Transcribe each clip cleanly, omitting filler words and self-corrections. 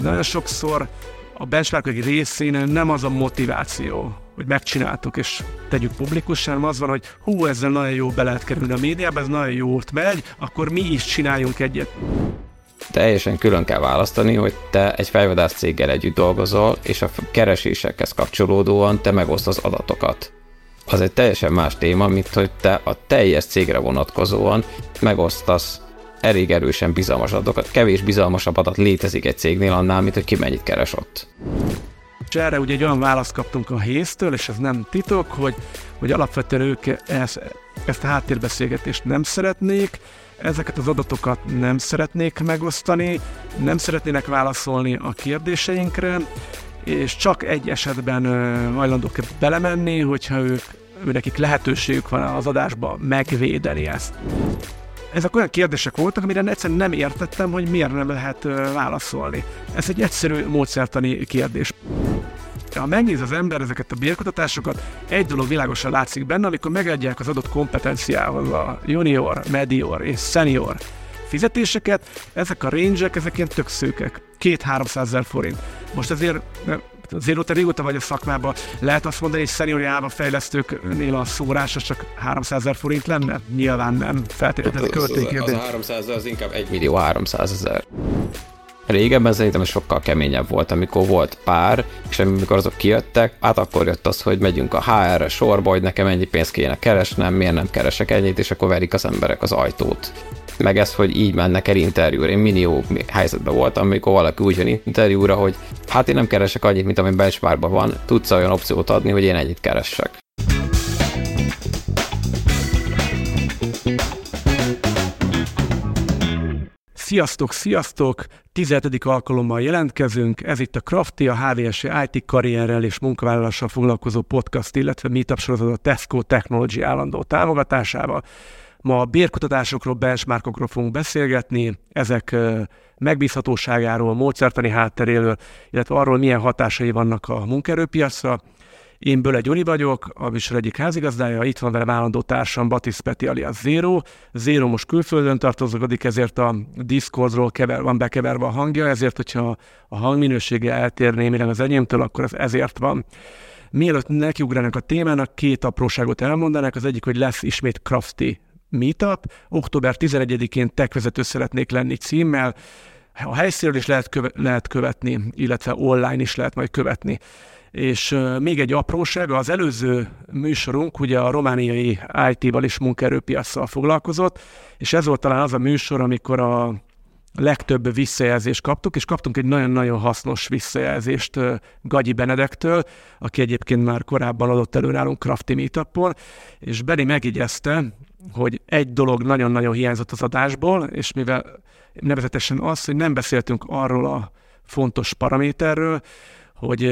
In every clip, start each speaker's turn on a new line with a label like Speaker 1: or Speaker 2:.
Speaker 1: Nagyon sokszor a benchmarkok egy részén nem az a motiváció, hogy megcsináltuk és tegyük publikusan, hanem az van, hogy ezzel nagyon jó be lehet kerülni a médiába, ez nagyon jót megy, akkor mi is csináljunk egyet.
Speaker 2: Teljesen külön kell választani, hogy te egy fejvadász céggel együtt dolgozol, és a keresésekhez kapcsolódóan te megosztasz adatokat. Az egy teljesen más téma, mint hogy te a teljes cégre vonatkozóan megosztasz elég erősen bizalmas adatokat. Kevés bizalmasabb adat létezik egy cégnél annál, mint hogy ki mennyit keres ott.
Speaker 1: És erre ugye egy olyan választ kaptunk a Héztől, és ez nem titok, hogy alapvetően ők ezt a háttérbeszélgetést nem szeretnék, ezeket az adatokat nem szeretnék megosztani, nem szeretnének válaszolni a kérdéseinkre, és csak egy esetben hajlandók belemenni, hogyha nekik lehetőségük van az adásba megvédeni ezt. Ezek olyan kérdések voltak, amire egyszerűen nem értettem, hogy miért nem lehet válaszolni. Ez egy egyszerű módszertani kérdés. Ha megnéz az ember ezeket a bérkutatásokat, egy dolog világosan látszik benne, amikor megadják az adott kompetenciához a junior, medior és senior fizetéseket, ezek a range-ek, ezek ilyen tök szőkek. 200-300 ezer forint. Most azért te régóta vagy a szakmában, lehet azt mondani, hogy senior Java fejlesztőknél a szórás az csak 300 ezer forint lenne? Nyilván nem. Feltétlenül költségkérdés.
Speaker 2: Az a 300 az inkább 1 millió 300 000. Régebben szerintem ez sokkal keményebb volt, amikor volt pár, és amikor azok kijöttek, akkor jött az, hogy megyünk a HR-re sorba, hogy nekem ennyi pénzt kéne keresnem, miért nem keresek ennyit, és akkor verik az emberek az ajtót. Meg ez, hogy így mennek el interjúra. Én millió helyzetben voltam, amikor valaki úgy jön interjúra, hogy hát én nem keresek annyit, mint ami benchmarkban van, tudsz olyan opciót adni, hogy én ennyit keressek.
Speaker 1: Sziasztok! 17. alkalommal jelentkezünk. Ez itt a Crafty, a HVSC IT karrierrel és munkavállalással foglalkozó podcast, illetve meetup sorozat a Tesco Technology állandó támogatásával. Ma a bérkutatásokról, benchmarkokról fogunk beszélgetni, ezek megbízhatóságáról, módszertani hátteréről, illetve arról, milyen hatásai vannak a munkaerőpiacra. Én Böle Gyuri vagyok, a műsor egyik házigazdája, itt van velem állandó társam Batisz Peti alias Zero. Zero most külföldön tartózkodik, ezért a Discordról van bekeverve a hangja, ezért, hogyha a hangminősége eltér némileg az enyémtől, akkor ez ezért van. Mielőtt nekiugranak a témának, 2 apróságot elmondanak, az egyik, hogy lesz ismét Crafty Meetup, október 11-én techvezető szeretnék lenni címmel, a helyszínről is lehet követni, illetve online is lehet majd követni. És még egy apróság, az előző műsorunk ugye a romániai IT-val és munkaerőpiacsal foglalkozott, és ez volt talán az a műsor, amikor a legtöbb visszajelzést kaptuk, és kaptunk egy nagyon-nagyon hasznos visszajelzést Gagyi Benedektől, aki egyébként már korábban adott elő nálunk Crafty Meetupon, és Beni megjegyezte, hogy egy dolog nagyon-nagyon hiányzott az adásból, és mivel nevezetesen az, hogy nem beszéltünk arról a fontos paraméterről, hogy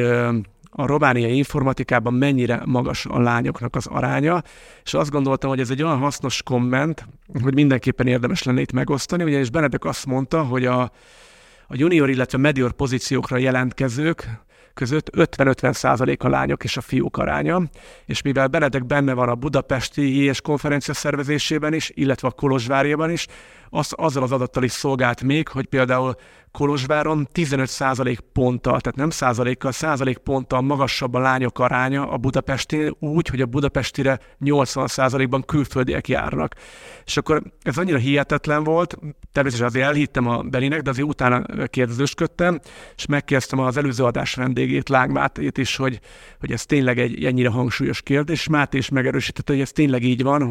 Speaker 1: a romániai informatikában mennyire magas a lányoknak az aránya, és azt gondoltam, hogy ez egy olyan hasznos komment, hogy mindenképpen érdemes lenne itt megosztani, ugyanis Benedek azt mondta, hogy a junior, illetve medior pozíciókra jelentkezők között 50-50% a lányok és a fiúk aránya, és mivel Benedek benne van a budapesti IES konferencia szervezésében is, illetve a Kolozsvárjában is, azzal az adattal is szolgált még, hogy például Kolozsváron 15% ponttal, tehát nem százalékponttal magasabb a lányok aránya a Budapestén, úgy, hogy a budapestire 80%-ban külföldiek járnak. És akkor ez annyira hihetetlen volt, természetesen azért elhittem a Beninek, de azért utána kérdezősködtem, és megkérdeztem az előző adás vendégét, Lág Mátét is, hogy ez tényleg egy ennyire hangsúlyos kérdés. Máté is megerősítette, hogy ez tényleg így van,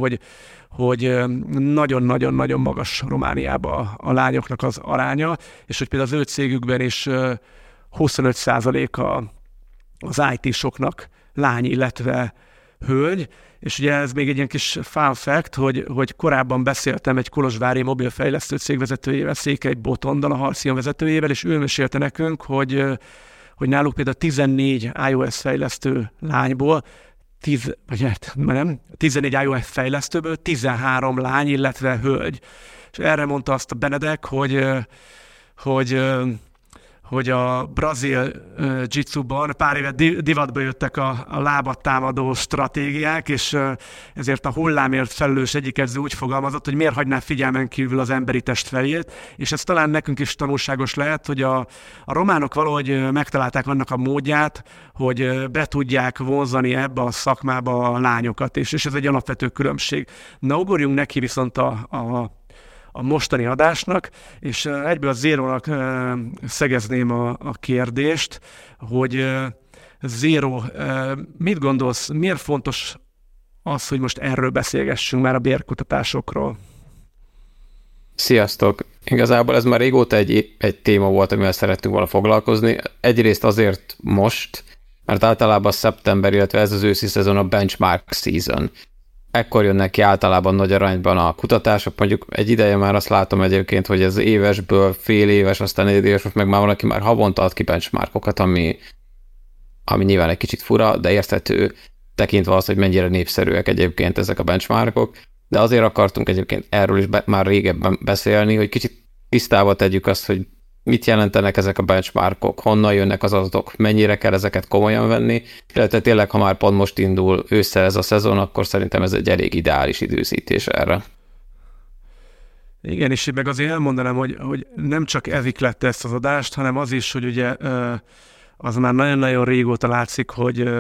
Speaker 1: hogy nagyon-nagyon-nagyon magas Romániában a lányoknak az aránya, és hogy például az ő cégükben is 25% az IT-soknak lány, illetve hölgy, és ugye ez még egy ilyen kis fun fact, hogy korábban beszéltem egy kolozsvári mobilfejlesztő cég vezetőjével, Székely Botondal, a Halcyon vezetőjével, és ő mesélte nekünk, hogy náluk például 14 iOS fejlesztő lányból 14 iOS fejlesztőből 13 lány, illetve hölgy. És erre mondta azt a Benedek, hogy hogy a brazil jiu-jitsuban pár éve divatba jöttek a lábat támadó stratégiák, és ezért a hullámért felelős egyik edző úgy fogalmazott, hogy miért hagyná figyelmen kívül az emberi test fejét, és ez talán nekünk is tanulságos lehet, hogy a románok valahogy megtalálták annak a módját, hogy be tudják vonzani ebbe a szakmába a lányokat, és ez egy alapvető különbség. Na, ugorjunk neki viszont a mostani adásnak, és egyből a Zérónak szegezném a kérdést, hogy Zéró, mit gondolsz, miért fontos az, hogy most erről beszélgessünk már a bérkutatásokról?
Speaker 2: Sziasztok! Igazából ez már régóta egy téma volt, amivel szerettünk volna foglalkozni. Egyrészt azért most, mert általában szeptember, illetve ez az őszi szezon a benchmark season. Ekkor jönnek ki általában nagy arányban a kutatások, mondjuk egy ideje már azt látom egyébként, hogy ez évesből fél éves, aztán negyedéves, meg már valaki már havonta ad ki benchmarkokat, ami nyilván egy kicsit fura, de érthető, tekintve az, hogy mennyire népszerűek egyébként ezek a benchmarkok, de azért akartunk egyébként erről is már régebben beszélni, hogy kicsit tisztába tegyük azt, hogy mit jelentenek ezek a benchmarkok, honnan jönnek az adatok, mennyire kell ezeket komolyan venni, illetve tényleg, ha már pont most indul ősszel ez a szezon, akkor szerintem ez egy elég ideális időzítés erre.
Speaker 1: Igen, és meg azért elmondanám, hogy nem csak ezik lett ezt az adást, hanem az is, hogy ugye az már nagyon-nagyon régóta látszik, hogy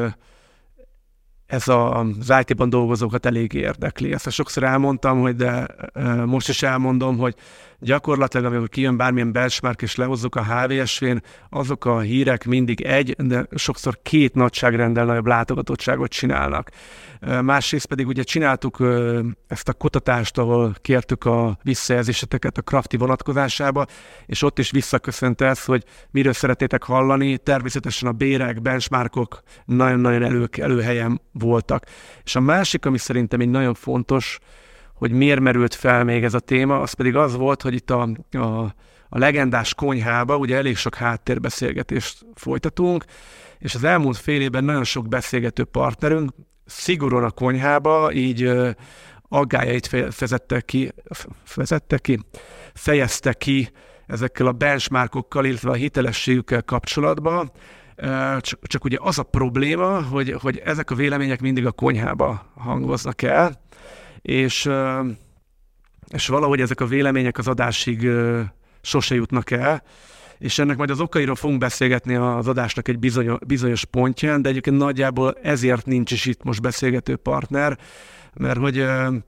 Speaker 1: ez az IT-ban dolgozókat elég érdekli. Ezt sokszor elmondtam, de most is elmondom, hogy gyakorlatilag, amikor kijön bármilyen benchmark és lehozzuk a HVSV-n, azok a hírek mindig de sokszor két nagyságrendel nagyobb látogatottságot csinálnak. Másrészt pedig ugye csináltuk ezt a kutatást, ahol kértük a visszajelzéseteket a Crafty vonatkozásába, és ott is visszaköszönt ez, hogy miről szeretnétek hallani. Természetesen a bérek, benchmarkok nagyon-nagyon előhelyen voltak. És a másik, ami szerintem egy nagyon fontos, hogy miért merült fel még ez a téma, az pedig az volt, hogy itt a legendás konyhába ugye elég sok háttérbeszélgetést folytatunk, és az elmúlt fél évben nagyon sok beszélgető partnerünk szigorúan a konyhába így aggályait fejezte ki ezekkel a benchmarkokkal, illetve a hitelességükkel kapcsolatban. Csak ugye az a probléma, hogy ezek a vélemények mindig a konyhába hangoznak el, és valahogy ezek a vélemények az adásig sose jutnak el, és ennek majd az okairól fogunk beszélgetni az adásnak egy bizonyos pontján, de egyébként nagyjából ezért nincs is itt most beszélgető partner, mert hogy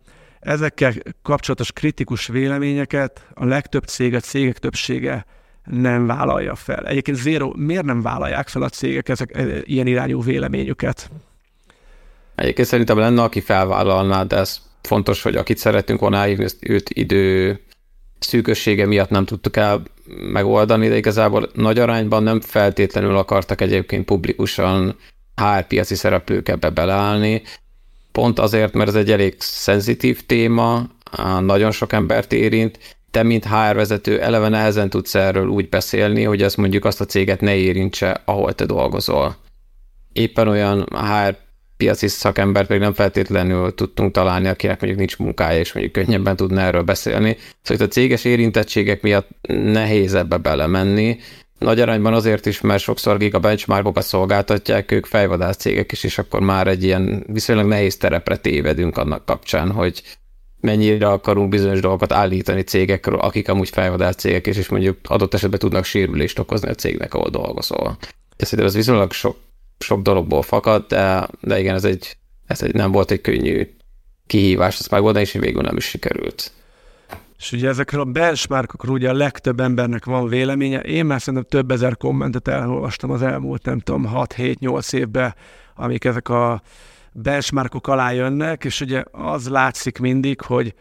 Speaker 1: ezekkel kapcsolatos kritikus véleményeket a legtöbb cégek többsége nem vállalja fel. Egyébként Zero, miért nem vállalják fel a cégek ilyen irányú véleményüket?
Speaker 2: Egyébként szerintem lenne, aki felvállalná, de ez fontos, hogy akit szeretünk volna elhívni, őt idő szűkössége miatt nem tudtuk el megoldani, de igazából nagy arányban nem feltétlenül akartak egyébként publikusan HR piaci szereplők ebbe beleállni. Pont azért, mert ez egy elég szenzitív téma, nagyon sok embert érint, te, mint HR vezető, eleve nehezen tudsz erről úgy beszélni, hogy ez mondjuk azt a céget ne érintse, ahol te dolgozol. Éppen olyan HR piaci szakembert még nem feltétlenül tudtunk találni, akinek mondjuk nincs munkája, és mondjuk könnyebben tudna erről beszélni. Szóval a céges érintettségek miatt nehéz ebbe belemenni. Nagy arányban azért is, mert sokszor akik a benchmarkokat szolgáltatják, ők fejvadász cégek is, és akkor már egy ilyen viszonylag nehéz terepre tévedünk annak kapcsán, hogy mennyire akarunk bizonyos dolgokat állítani cégekről, akik amúgy fejvadász cégek, és mondjuk adott esetben tudnak sérülést okozni a cégnek, ahol dolgozol. Szerintem ez viszonylag sok dologból fakad, de igen, ez nem volt egy könnyű kihívás, ezt megoldani, és végül nem is sikerült.
Speaker 1: És ugye ezekről a benchmarkokról ugye a legtöbb embernek van véleménye. Én már szerintem több ezer kommentet elolvastam az elmúlt, nem tudom, 6-7-8 évben, amik ezek a benchmarkok alá jönnek, és ugye az látszik mindig, hogy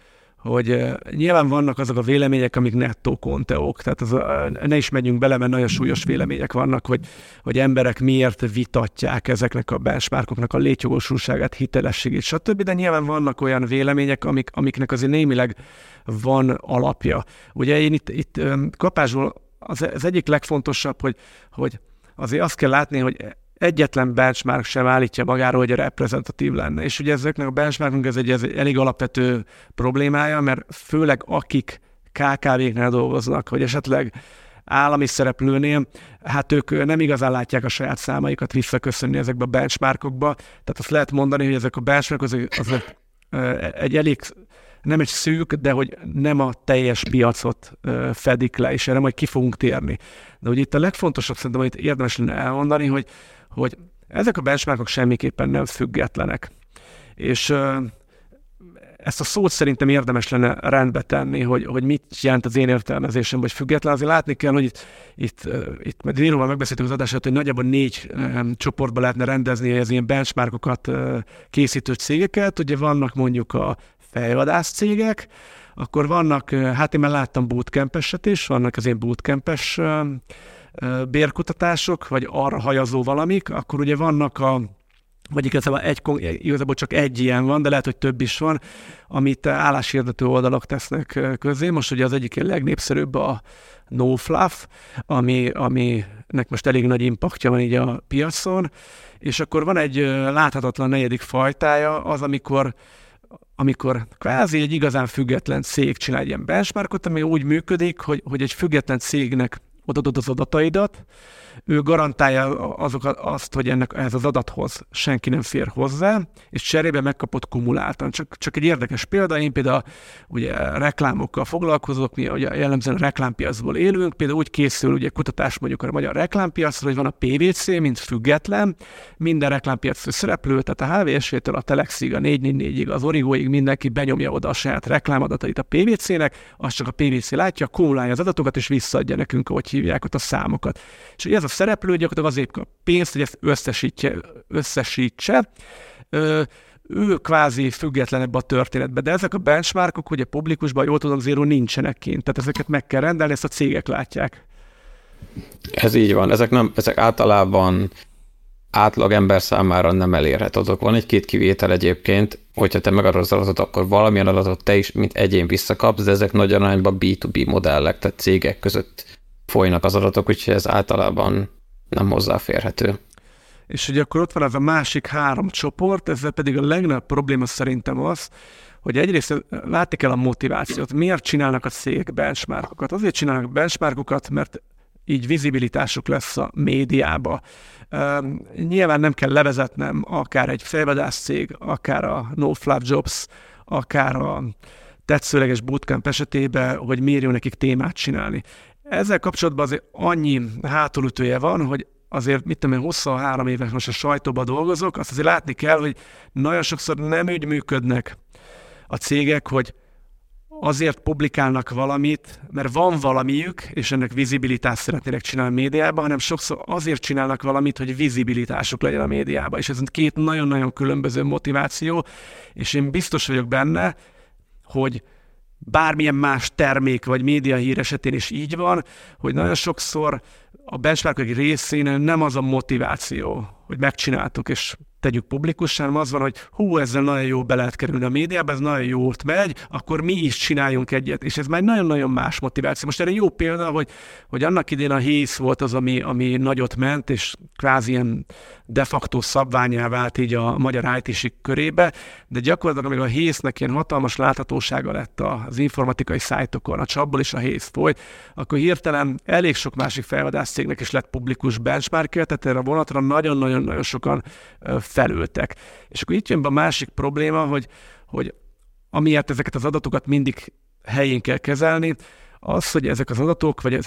Speaker 1: nyilván vannak azok a vélemények, amik nettó konteók, tehát ne is menjünk bele, mert nagyon súlyos vélemények vannak, hogy emberek miért vitatják ezeknek a benchmarkoknak a létjogosultságát, hitelességét, stb., de nyilván vannak olyan vélemények, amiknek azért némileg van alapja. Ugye én itt kapásból az egyik legfontosabb, hogy azért azt kell látni, hogy egyetlen benchmark sem állítja magáról, hogy reprezentatív lenne. És ugye ezeknek a benchmarknak ez egy elég alapvető problémája, mert főleg akik KKV-knál dolgoznak, vagy esetleg állami szereplőnél, hát ők nem igazán látják a saját számaikat visszaköszönni ezekbe a benchmarkokba. Tehát azt lehet mondani, hogy ezek a benchmarkok az egy elég, nem egy szűk, de hogy nem a teljes piacot fedik le, és erre majd ki fogunk térni. De hogy itt a legfontosabb szerintem, amit érdemes lenne elmondani, hogy ezek a benchmarkok semmiképpen nem függetlenek. És ezt a szót szerintem érdemes lenne rendbe tenni, hogy mit jelent az én értelmezésem, vagy független. Azért látni kell, hogy itt Déróval megbeszéltük az adását, hogy nagyjából 4 csoportba lehetne rendezni az ilyen benchmarkokat készítő cégeket. Ugye vannak mondjuk a fejvadász cégek, akkor vannak, hát én már láttam bootcamp-eset is, vannak az ilyen bootcamp-es bérkutatások, vagy arra hajazó valamik, akkor ugye vannak vagy igazából csak egy ilyen van, de lehet, hogy több is van, amit álláshirdető oldalak tesznek közé. Most ugye az egyik legnépszerűbb a NoFluff, aminek most elég nagy impaktja van így a piacon, és akkor van egy láthatatlan negyedik fajtája, az amikor kvázi egy igazán független cég csinál egy ilyen benchmarkot, ami úgy működik, hogy egy független cégnek odaadod az adataidat, ő garantálja azt, hogy ehhez az adathoz senki nem fér hozzá, és cserébe megkapott kumuláltan. Csak egy érdekes példa, én például ugye reklámokkal foglalkozok, mi ugye jellemzően a reklámpiacból élünk, például úgy készül ugye kutatás mondjuk a magyar reklámpiacra, hogy van a PVC, mint független, minden reklámpiac szereplő, tehát a HVSV-től a Telexig, a 444-ig, az Origoig mindenki benyomja oda a saját reklámadatait a PVC-nek, azt csak a PVC látja, kumulálja az adatokat, és visszaadja nekünk, ahogy hívják ott a számokat. És ez a szereplő gyakorlatilag azért kap pénzt, hogy ezt összesítse. Ő kvázi függetlenebb a történetben, de ezek a benchmarkok ugye publikusban, jól tudom, Zero nincsenek kint, tehát ezeket meg kell rendelni, ezt a cégek látják.
Speaker 2: Ez így van, ezek általában átlag ember számára nem elérhető adatok. Van egy-két kivétel egyébként, hogyha te megadod az adatot, akkor valamilyen adatot te is, mint egyén visszakapsz, de ezek nagy arányban B2B modellek, tehát cégek között folynak az adatok, úgyhogy ez általában nem hozzáférhető.
Speaker 1: És ugye akkor ott van ez a másik 3 csoport, ezzel pedig a legnagyobb probléma szerintem az, hogy egyrészt látni kell a motivációt. Miért csinálnak a cégek benchmarkokat? Azért csinálnak benchmarkokat, mert így vizibilitásuk lesz a médiába. Nyilván nem kell levezetnem akár egy fejvadász cég, akár a NoFluff Jobs, akár a tetszőleges bootcamp esetében, hogy miért jó nekik témát csinálni. Ezzel kapcsolatban azért annyi hátulütője van, hogy azért, 23 éves most a sajtóban dolgozok, azt azért látni kell, hogy nagyon sokszor nem úgy működnek a cégek, hogy azért publikálnak valamit, mert van valamiük, és ennek vizibilitást szeretnének csinálni a médiában, hanem sokszor azért csinálnak valamit, hogy vizibilitásuk legyen a médiában. És ez 2 nagyon-nagyon különböző motiváció, és én biztos vagyok benne, hogy bármilyen más termék vagy médiahír esetén is így van, hogy nagyon sokszor a benchmarkok egy részén nem az a motiváció, hogy megcsináltuk és tegyük publikussá, hanem az van, hogy ezzel nagyon jó be lehet kerülni a médiába, ez nagyon jót megy, akkor mi is csináljunk egyet. És ez már nagyon-nagyon más motiváció. Most erre jó példa, hogy annak idén a Hész volt az, ami nagyot ment, és kvázi ilyen de facto szabványá vált így a magyar IT-sik körébe, de gyakorlatilag még a Hésznek ilyen hatalmas láthatósága lett az informatikai szájtokon, a csapból is a Hész folyt, akkor hirtelen elég sok másik felvadász cégnek is lett publikus benchmarkja, tehát erre a vonatra nagyon-nagyon sokan felültek. És akkor itt jön be a másik probléma, hogy amiért ezeket az adatokat mindig helyén kell kezelni, az, hogy ezek az adatok, vagy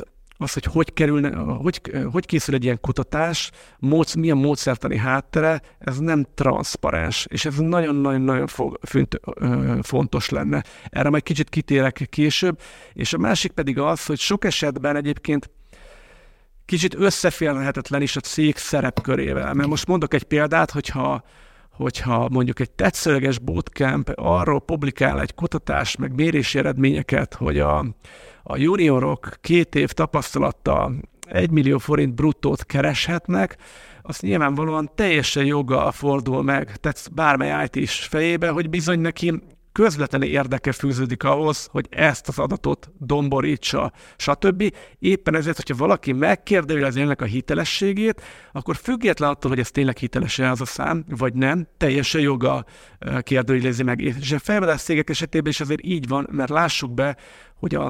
Speaker 1: hogy készül egy ilyen kutatás, milyen módszertani háttere, ez nem transzparens, és ez nagyon-nagyon fontos lenne. Erre majd kicsit kitérek később, és a másik pedig az, hogy sok esetben egyébként kicsit összeférhetetlen is a cég szerepkörével. Mert most mondok egy példát, hogyha mondjuk egy tetszőleges bootcamp arról publikál egy kutatást, meg mérési eredményeket, hogy a juniorok 2 év tapasztalattal 1 millió forint bruttót kereshetnek, azt nyilvánvalóan teljesen joggal fordul meg, tehát bármely IT-s fejébe, hogy bizony neki közvetlen érdeke fűződik ahhoz, hogy ezt az adatot domborítsa, stb. Éppen ezért, hogyha valaki megkérdezi ennek a hitelességét, akkor független attól, hogy ez tényleg hiteles-e az a szám, vagy nem, teljesen joga kérdőjelezi meg. És a felvadász cégek esetében is azért így van, mert lássuk be, hogy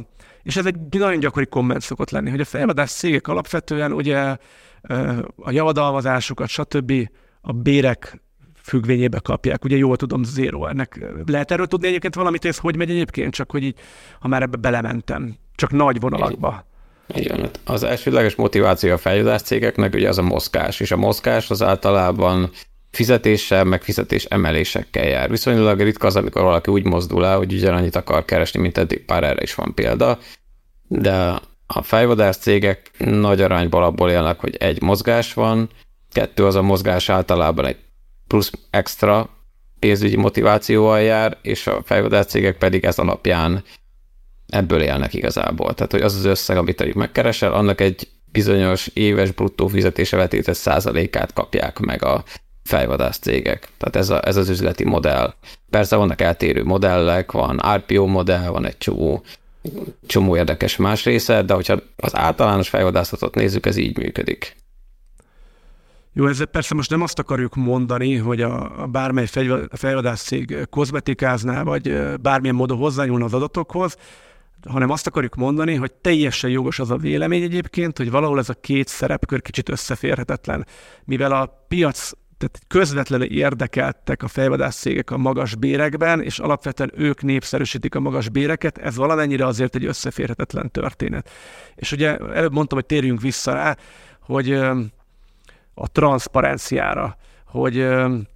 Speaker 1: És ez egy nagyon gyakori komment szokott lenni, hogy a fejvadász cégek alapvetően ugye a javadalmazásukat, stb. A bérek függvényébe kapják. Ugye jól tudom, zero. Ennek lehet erről tudni egyébként valamit, ez hogy megy egyébként? Csak hogy így, ha már ebbe belementem. Csak nagy vonalakba.
Speaker 2: Igen, az elsődleges motiváció a fejvadász cégeknek ugye az a mozgás, és a mozgás az általában fizetéssel, meg fizetés emelésekkel jár. Viszonylag ritka az, amikor valaki úgy mozdul el, hogy ugyanannyit akar keresni, mint eddig, pár erre is van példa, de a fejvadász cégek nagy arányban abból élnek, hogy egy mozgás van, kettő az a mozgás általában egy plusz extra pénzügyi motivációval jár, és a fejvadász cégek pedig ez alapján ebből élnek igazából. Tehát, hogy az az összeg, amit megkeresel, annak egy bizonyos éves bruttó fizetése vetített százalékát kapják meg a fejvadász cégek. Tehát ez az üzleti modell. Persze vannak eltérő modellek, van RPO modell, van egy csomó érdekes más része, de hogyha az általános fejvadászatot nézzük, ez így működik.
Speaker 1: Jó, ezzel persze most nem azt akarjuk mondani, hogy a bármely fejvadász cég kozmetikázná, vagy bármilyen módon hozzányúlna az adatokhoz, hanem azt akarjuk mondani, hogy teljesen jogos az a vélemény egyébként, hogy valahol ez a két szerepkör kicsit összeférhetetlen, mivel a piac, tehát közvetlenül érdekeltek a fejvadász cégek a magas bérekben, és alapvetően ők népszerűsítik a magas béreket, ez valamennyire azért egy összeférhetetlen történet. És ugye előbb mondtam, hogy térjünk vissza rá, hogy a transzparenciára, hogy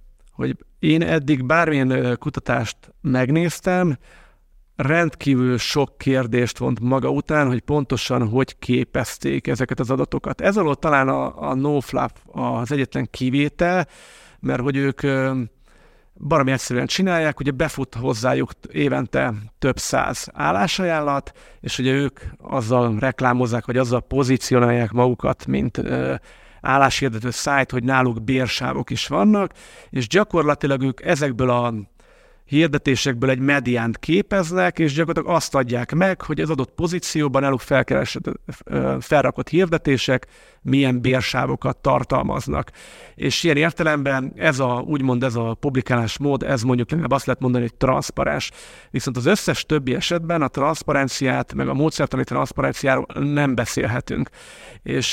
Speaker 1: én eddig bármilyen kutatást megnéztem, rendkívül sok kérdést vont maga után, hogy pontosan hogy képezték ezeket az adatokat. Ez alól talán a NoFluff az egyetlen kivétel, mert hogy ők baromi egyszerűen csinálják, ugye befut hozzájuk évente több száz állásajánlat, és ugye ők azzal reklámozzák, vagy azzal pozícionálják magukat, mint álláshirdető szájt, hogy náluk bérsávok is vannak, és gyakorlatilag ők ezekből a hirdetésekből egy mediánt képeznek, és gyakorlatilag azt adják meg, hogy az adott pozícióban náluk felrakott hirdetések milyen bérsávokat tartalmaznak. És ilyen értelemben ez a publikálás mód, ez mondjuk legalább azt lehet mondani, hogy transzparens. Viszont az összes többi esetben a transzparenciát, meg a módszertani transzparenciáról nem beszélhetünk. És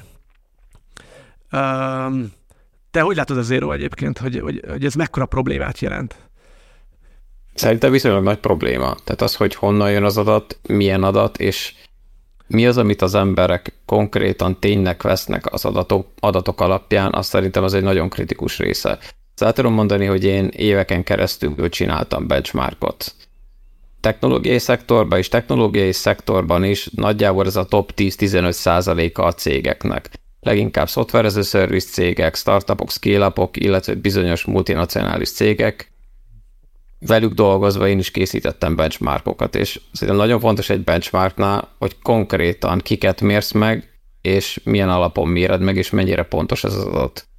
Speaker 1: te hogy látod az Zero egyébként, hogy ez mekkora problémát jelent?
Speaker 2: Szerintem viszonylag nagy probléma. Tehát az, hogy honnan jön az adat, milyen adat, és mi az, amit az emberek konkrétan ténynek vesznek az adatok alapján, azt szerintem az egy nagyon kritikus része. Szóval tudom mondani, hogy én éveken keresztül csináltam benchmarkot. Technológiai szektorban is nagyjából ez a top 10-15%-a a cégeknek. Leginkább software as a service cégek, startupok, scale-upok, illetve bizonyos multinacionális cégek. Velük dolgozva én is készítettem benchmarkokat, és szerintem nagyon fontos egy benchmarknál, hogy konkrétan kiket mérsz meg, és milyen alapon méred meg, és mennyire pontos ez az adat.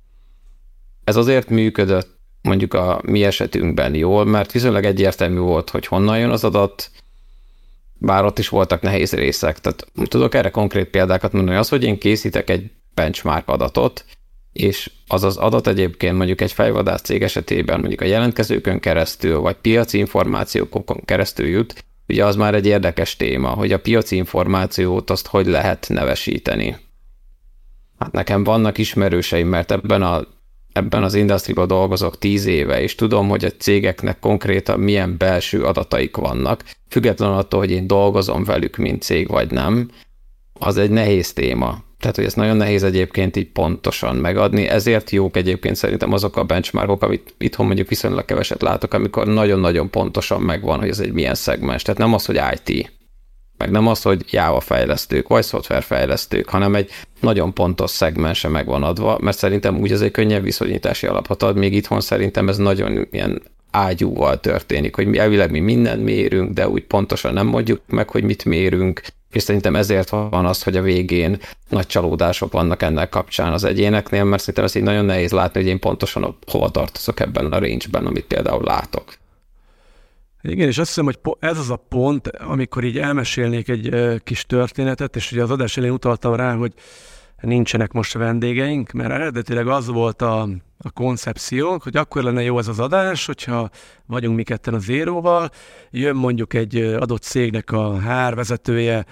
Speaker 2: Ez azért működött mondjuk a mi esetünkben jól, mert viszonylag egyértelmű volt, hogy honnan jön az adat, bár ott is voltak nehéz részek. Tehát tudok erre konkrét példákat mondani, az, hogy én készítek egy benchmark adatot, és az az adat egyébként mondjuk egy fejvadász cég esetében mondjuk a jelentkezőkön keresztül, vagy piaci információkon keresztül jut, ugye az már egy érdekes téma, hogy a piaci információt azt hogy lehet nevesíteni. Hát nekem vannak ismerőseim, mert ebben az industriban dolgozok 10 éve, és tudom, hogy a cégeknek konkrétan milyen belső adataik vannak, függetlenül attól, hogy én dolgozom velük, mint cég, vagy nem, az egy nehéz téma. Tehát, hogy ezt nagyon nehéz egyébként így pontosan megadni, ezért jók egyébként szerintem azok a benchmarkok, amit itthon mondjuk viszonylag keveset látok, amikor nagyon-nagyon pontosan megvan, hogy ez egy milyen szegmens. Tehát nem az, hogy IT, meg nem az, hogy Java fejlesztők, vagy szoftver fejlesztők, hanem egy nagyon pontos szegmense meg van adva, mert szerintem úgy az egy könnyebb viszonyítási alapot ad, még itthon szerintem ez nagyon ilyen ágyúval történik, hogy elvileg mi mindent mérünk, de úgy pontosan nem mondjuk meg, hogy mit mérünk, és szerintem ezért van az, hogy a végén nagy csalódások vannak ennek kapcsán az egyéneknél, mert szerintem ezt így nagyon nehéz látni, hogy én pontosan hova tartozok ebben a range-ben, amit például látok.
Speaker 1: Igen, és azt hiszem, hogy ez az a pont, amikor így elmesélnék egy kis történetet, és ugye az adás elején utaltam rá, hogy nincsenek most vendégeink, mert eredetileg az volt a koncepciónk, hogy akkor lenne jó ez az adás, hogyha vagyunk mi ketten a Zeróval, jön mondjuk egy adott cégnek a HR vezetője,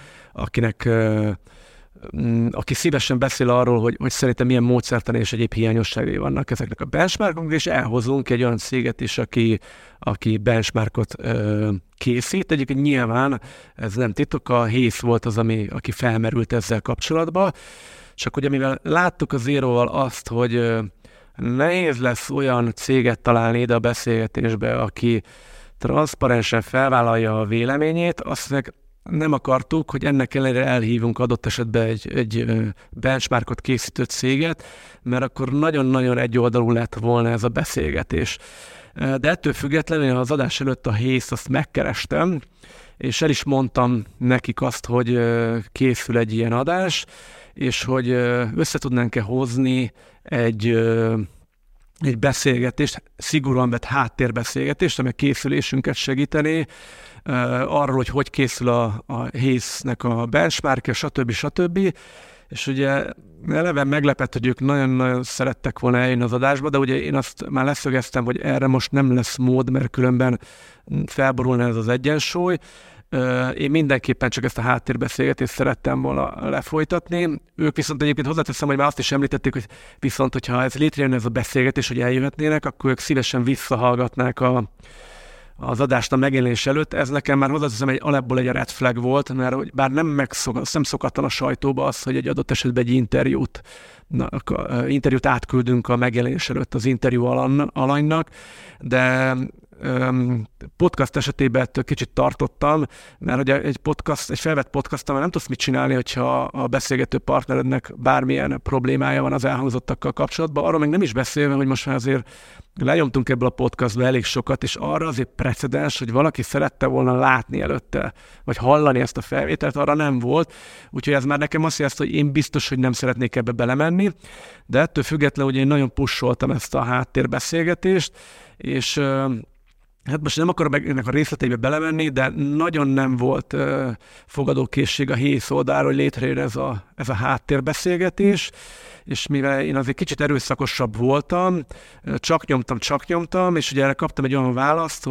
Speaker 1: aki szívesen beszél arról, hogy szerintem milyen módszertani és egyéb hiányosságai vannak ezeknek a benchmarkoknak, és elhozunk egy olyan céget is, aki benchmarkot készít. Egyébként nyilván, ez nem titok, a Hész volt az, aki felmerült ezzel kapcsolatban, csak ugye mivel láttuk a Zeróval azt, hogy nehéz lesz olyan céget találni ide a beszélgetésbe, aki transzparensen felvállalja a véleményét, azt nem akartuk, hogy ennek ellenére elhívunk adott esetben egy benchmarkot készítő céget, mert akkor nagyon-nagyon egyoldalú lett volna ez a beszélgetés. De ettől függetlenül az adás előtt a Hész azt megkerestem, és el is mondtam nekik azt, hogy készül egy ilyen adás, és hogy össze tudnánk-e hozni egy beszélgetést, szigorúan vett háttérbeszélgetést, ami a készülésünket segítené, arról, hogy készül a Hésznek a benchmarkja, stb. És ugye eleve meglepett, hogy ők nagyon-nagyon szerettek volna eljönni az adásba, de ugye én azt már leszögeztem, hogy erre most nem lesz mód, mert különben felborulna ez az egyensúly. Én mindenképpen csak ezt a háttérbeszélgetést szerettem volna lefolytatni. Ők viszont egyébként hozzáteszem, hogy már azt is említették, hogy viszont, hogyha ez létrejön ez a beszélgetés, hogy eljöhetnének, akkor ők szívesen visszahallgatnák az adást a megjelenés előtt. Ez nekem már hozzáteszem, alapból egy red flag volt, mert hogy bár nem szokatlan a sajtóba az, hogy egy adott esetben egy interjút átküldünk a megjelenés előtt az interjú alanynak, de podcast esetében ettől kicsit tartottam, mert ugye egy felvett podcasttal nem tudsz mit csinálni, hogyha a beszélgető partnerednek bármilyen problémája van az elhangzottakkal kapcsolatban. Arról még nem is beszélve, hogy most már azért lenyomtunk ebből a podcastba elég sokat, és arra azért precedens, hogy valaki szerette volna látni előtte, vagy hallani ezt a felvételt, arra nem volt. Úgyhogy ez már nekem azt jelenti, hogy én biztos, hogy nem szeretnék ebbe belemenni, de ettől függetlenül, hogy én nagyon pusoltam ezt a háttérbeszélgetést, és hát most nem akarom ennek a részleteibe belemenni, de nagyon nem volt fogadókészség a Hész oldalról, hogy létrejön ez a háttérbeszélgetés, és mivel én azért kicsit erőszakosabb voltam, csak nyomtam, és ugye erre kaptam egy olyan választ,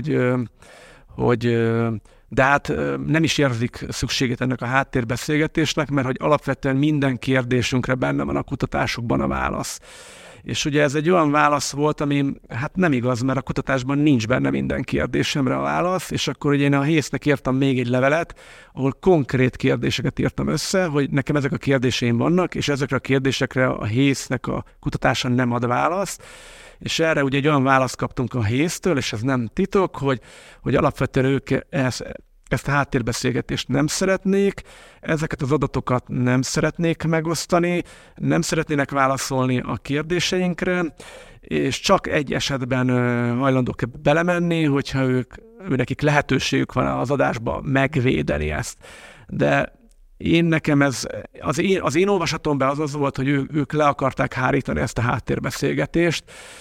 Speaker 1: hogy de hát nem is érzik szükségét ennek a háttérbeszélgetésnek, mert hogy alapvetően minden kérdésünkre benne van a kutatásukban a válasz. És ugye ez egy olyan válasz volt, ami hát nem igaz, mert a kutatásban nincs benne minden kérdésemre a válasz, és akkor ugye én a Hésznek írtam még egy levelet, ahol konkrét kérdéseket írtam össze, hogy nekem ezek a kérdéseim vannak, és ezekre a kérdésekre a Hésznek a kutatása nem ad választ, és erre ugye egy olyan választ kaptunk a Hésztől, és ez nem titok, hogy alapvetően ők ezt a háttérbeszélgetést nem szeretnék, ezeket az adatokat nem szeretnék megosztani, nem szeretnének válaszolni a kérdéseinkre, és csak egy esetben hajlandók belemenni, hogyha nekik lehetőségük van az adásba megvédeni ezt. De nekem az én olvasatomban az volt, hogy ők le akarták hárítani ezt a háttérbeszélgetést,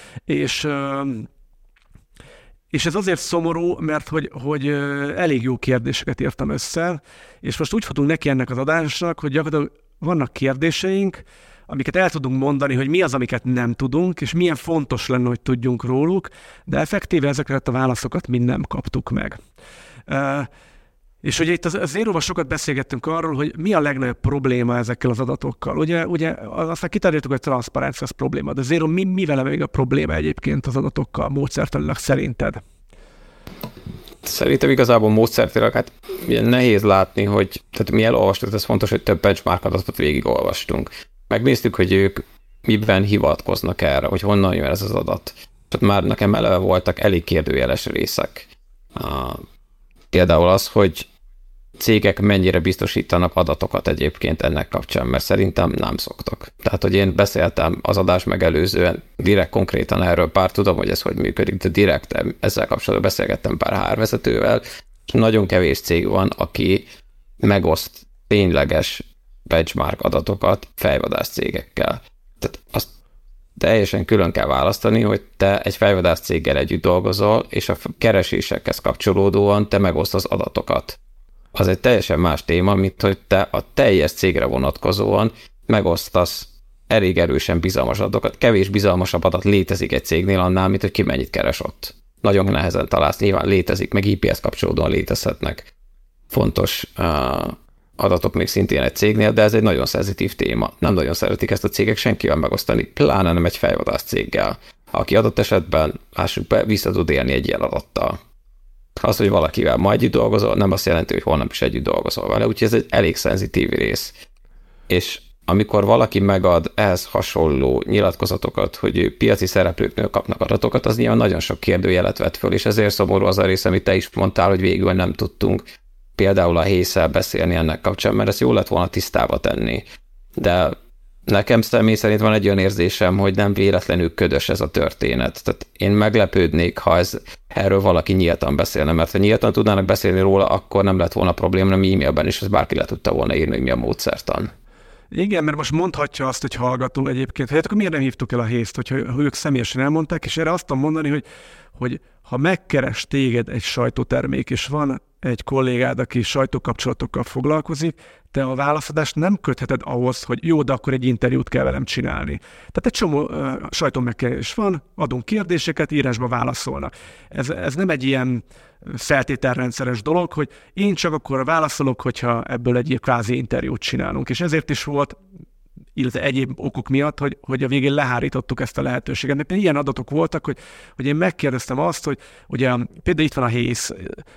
Speaker 1: és ez azért szomorú, mert hogy elég jó kérdéseket írtam össze, és most úgy fogunk neki ennek az adásnak, hogy gyakorlatilag vannak kérdéseink, amiket el tudunk mondani, hogy mi az, amiket nem tudunk, és milyen fontos lenne, hogy tudjunk róluk, de effektíve ezeket a válaszokat mind nem kaptuk meg. És ugye itt az Zeróban sokat beszélgettünk arról, hogy mi a legnagyobb probléma ezekkel az adatokkal. Ugye aztán kitárgyaltuk, hogy transzparencia az probléma, de Zero, mi vele még a probléma egyébként az adatokkal módszertanilag szerinted?
Speaker 2: Szerintem igazából módszertanilag hát nehéz látni, hogy tehát mi elolvastuk, ez fontos, hogy több benchmark adatot végigolvastunk. Megnéztük, hogy ők miben hivatkoznak erre, hogy honnan jön ez az adat. Tehát már nekem eleve voltak elég kérdőjeles részek. Például az, hogy cégek mennyire biztosítanak adatokat egyébként ennek kapcsán, mert szerintem nem szoktak. Tehát, hogy én beszéltem az adás megelőzően direkt konkrétan erről, bár tudom, hogy ez hogy működik, de direkt ezzel kapcsolatban beszélgettem pár HR vezetővel, és nagyon kevés cég van, aki megoszt tényleges benchmark adatokat fejvadász cégekkel. Tehát azt teljesen külön kell választani, hogy te egy fejvadász céggel együtt dolgozol, és a keresésekhez kapcsolódóan te megosztasz adatokat. Az egy teljesen más téma, mint hogy te a teljes cégre vonatkozóan megosztasz elég erősen bizalmas adatokat. Kevés bizalmasabb adat létezik egy cégnél annál, mint hogy ki mennyit keres ott. Nagyon nehezen találsz, nyilván létezik, meg IPS kapcsolódóan létezhetnek fontos adatok még szintén egy cégnél, de ez egy nagyon szenzitív téma. Nem nagyon szeretik ezt a cégek senkivel megosztani, pláne nem egy fejvadász céggel, aki adott esetben, lássuk be, vissza tud élni egy ilyen adattal. Az, hogy valakivel ma együtt dolgozol, nem azt jelenti, hogy holnap is együtt dolgozol vele, úgyhogy ez egy elég szenzitív rész. És amikor valaki megad ehhez hasonló nyilatkozatokat, hogy piaci szereplőknél kapnak adatokat, az nyilván nagyon sok kérdőjelet vet föl, és ezért szomorú az a rész, amit te is mondtál, hogy végül nem tudtunk például a Hays-szel beszélni ennek kapcsán, mert ezt jól lett volna tisztába tenni. De nekem személy szerint van egy olyan érzésem, hogy nem véletlenül ködös ez a történet. Tehát én meglepődnék, ha erről valaki nyíltan beszélne, mert ha nyíltan tudnának beszélni róla, akkor nem lett volna probléma, hanem e-mailben is, ezt bárki le tudta volna írni, hogy mi a módszertan.
Speaker 1: Igen, mert most mondhatja azt, hogy hallgató egyébként, hát akkor miért nem hívtuk el a Hays-t, hogyha ők személyesen elmondták, és erre azt tudom mondani, hogy ha megkeres téged egy sajtótermék, és van egy kollégád, aki sajtókapcsolatokkal foglalkozik, te a válaszadást nem kötheted ahhoz, hogy jó, de akkor egy interjút kell velem csinálni. Tehát egy csomó sajtómegkeresés van, adunk kérdéseket, írásba válaszolnak. Ez nem egy ilyen feltételrendszeres dolog, hogy én csak akkor válaszolok, hogyha ebből egy kvázi interjút csinálunk. És ezért is volt, illetve egyéb okok miatt, hogy a végén lehárítottuk ezt a lehetőséget. Mert ilyen adatok voltak, hogy én megkérdeztem azt, hogy ugye, például itt van a Hays,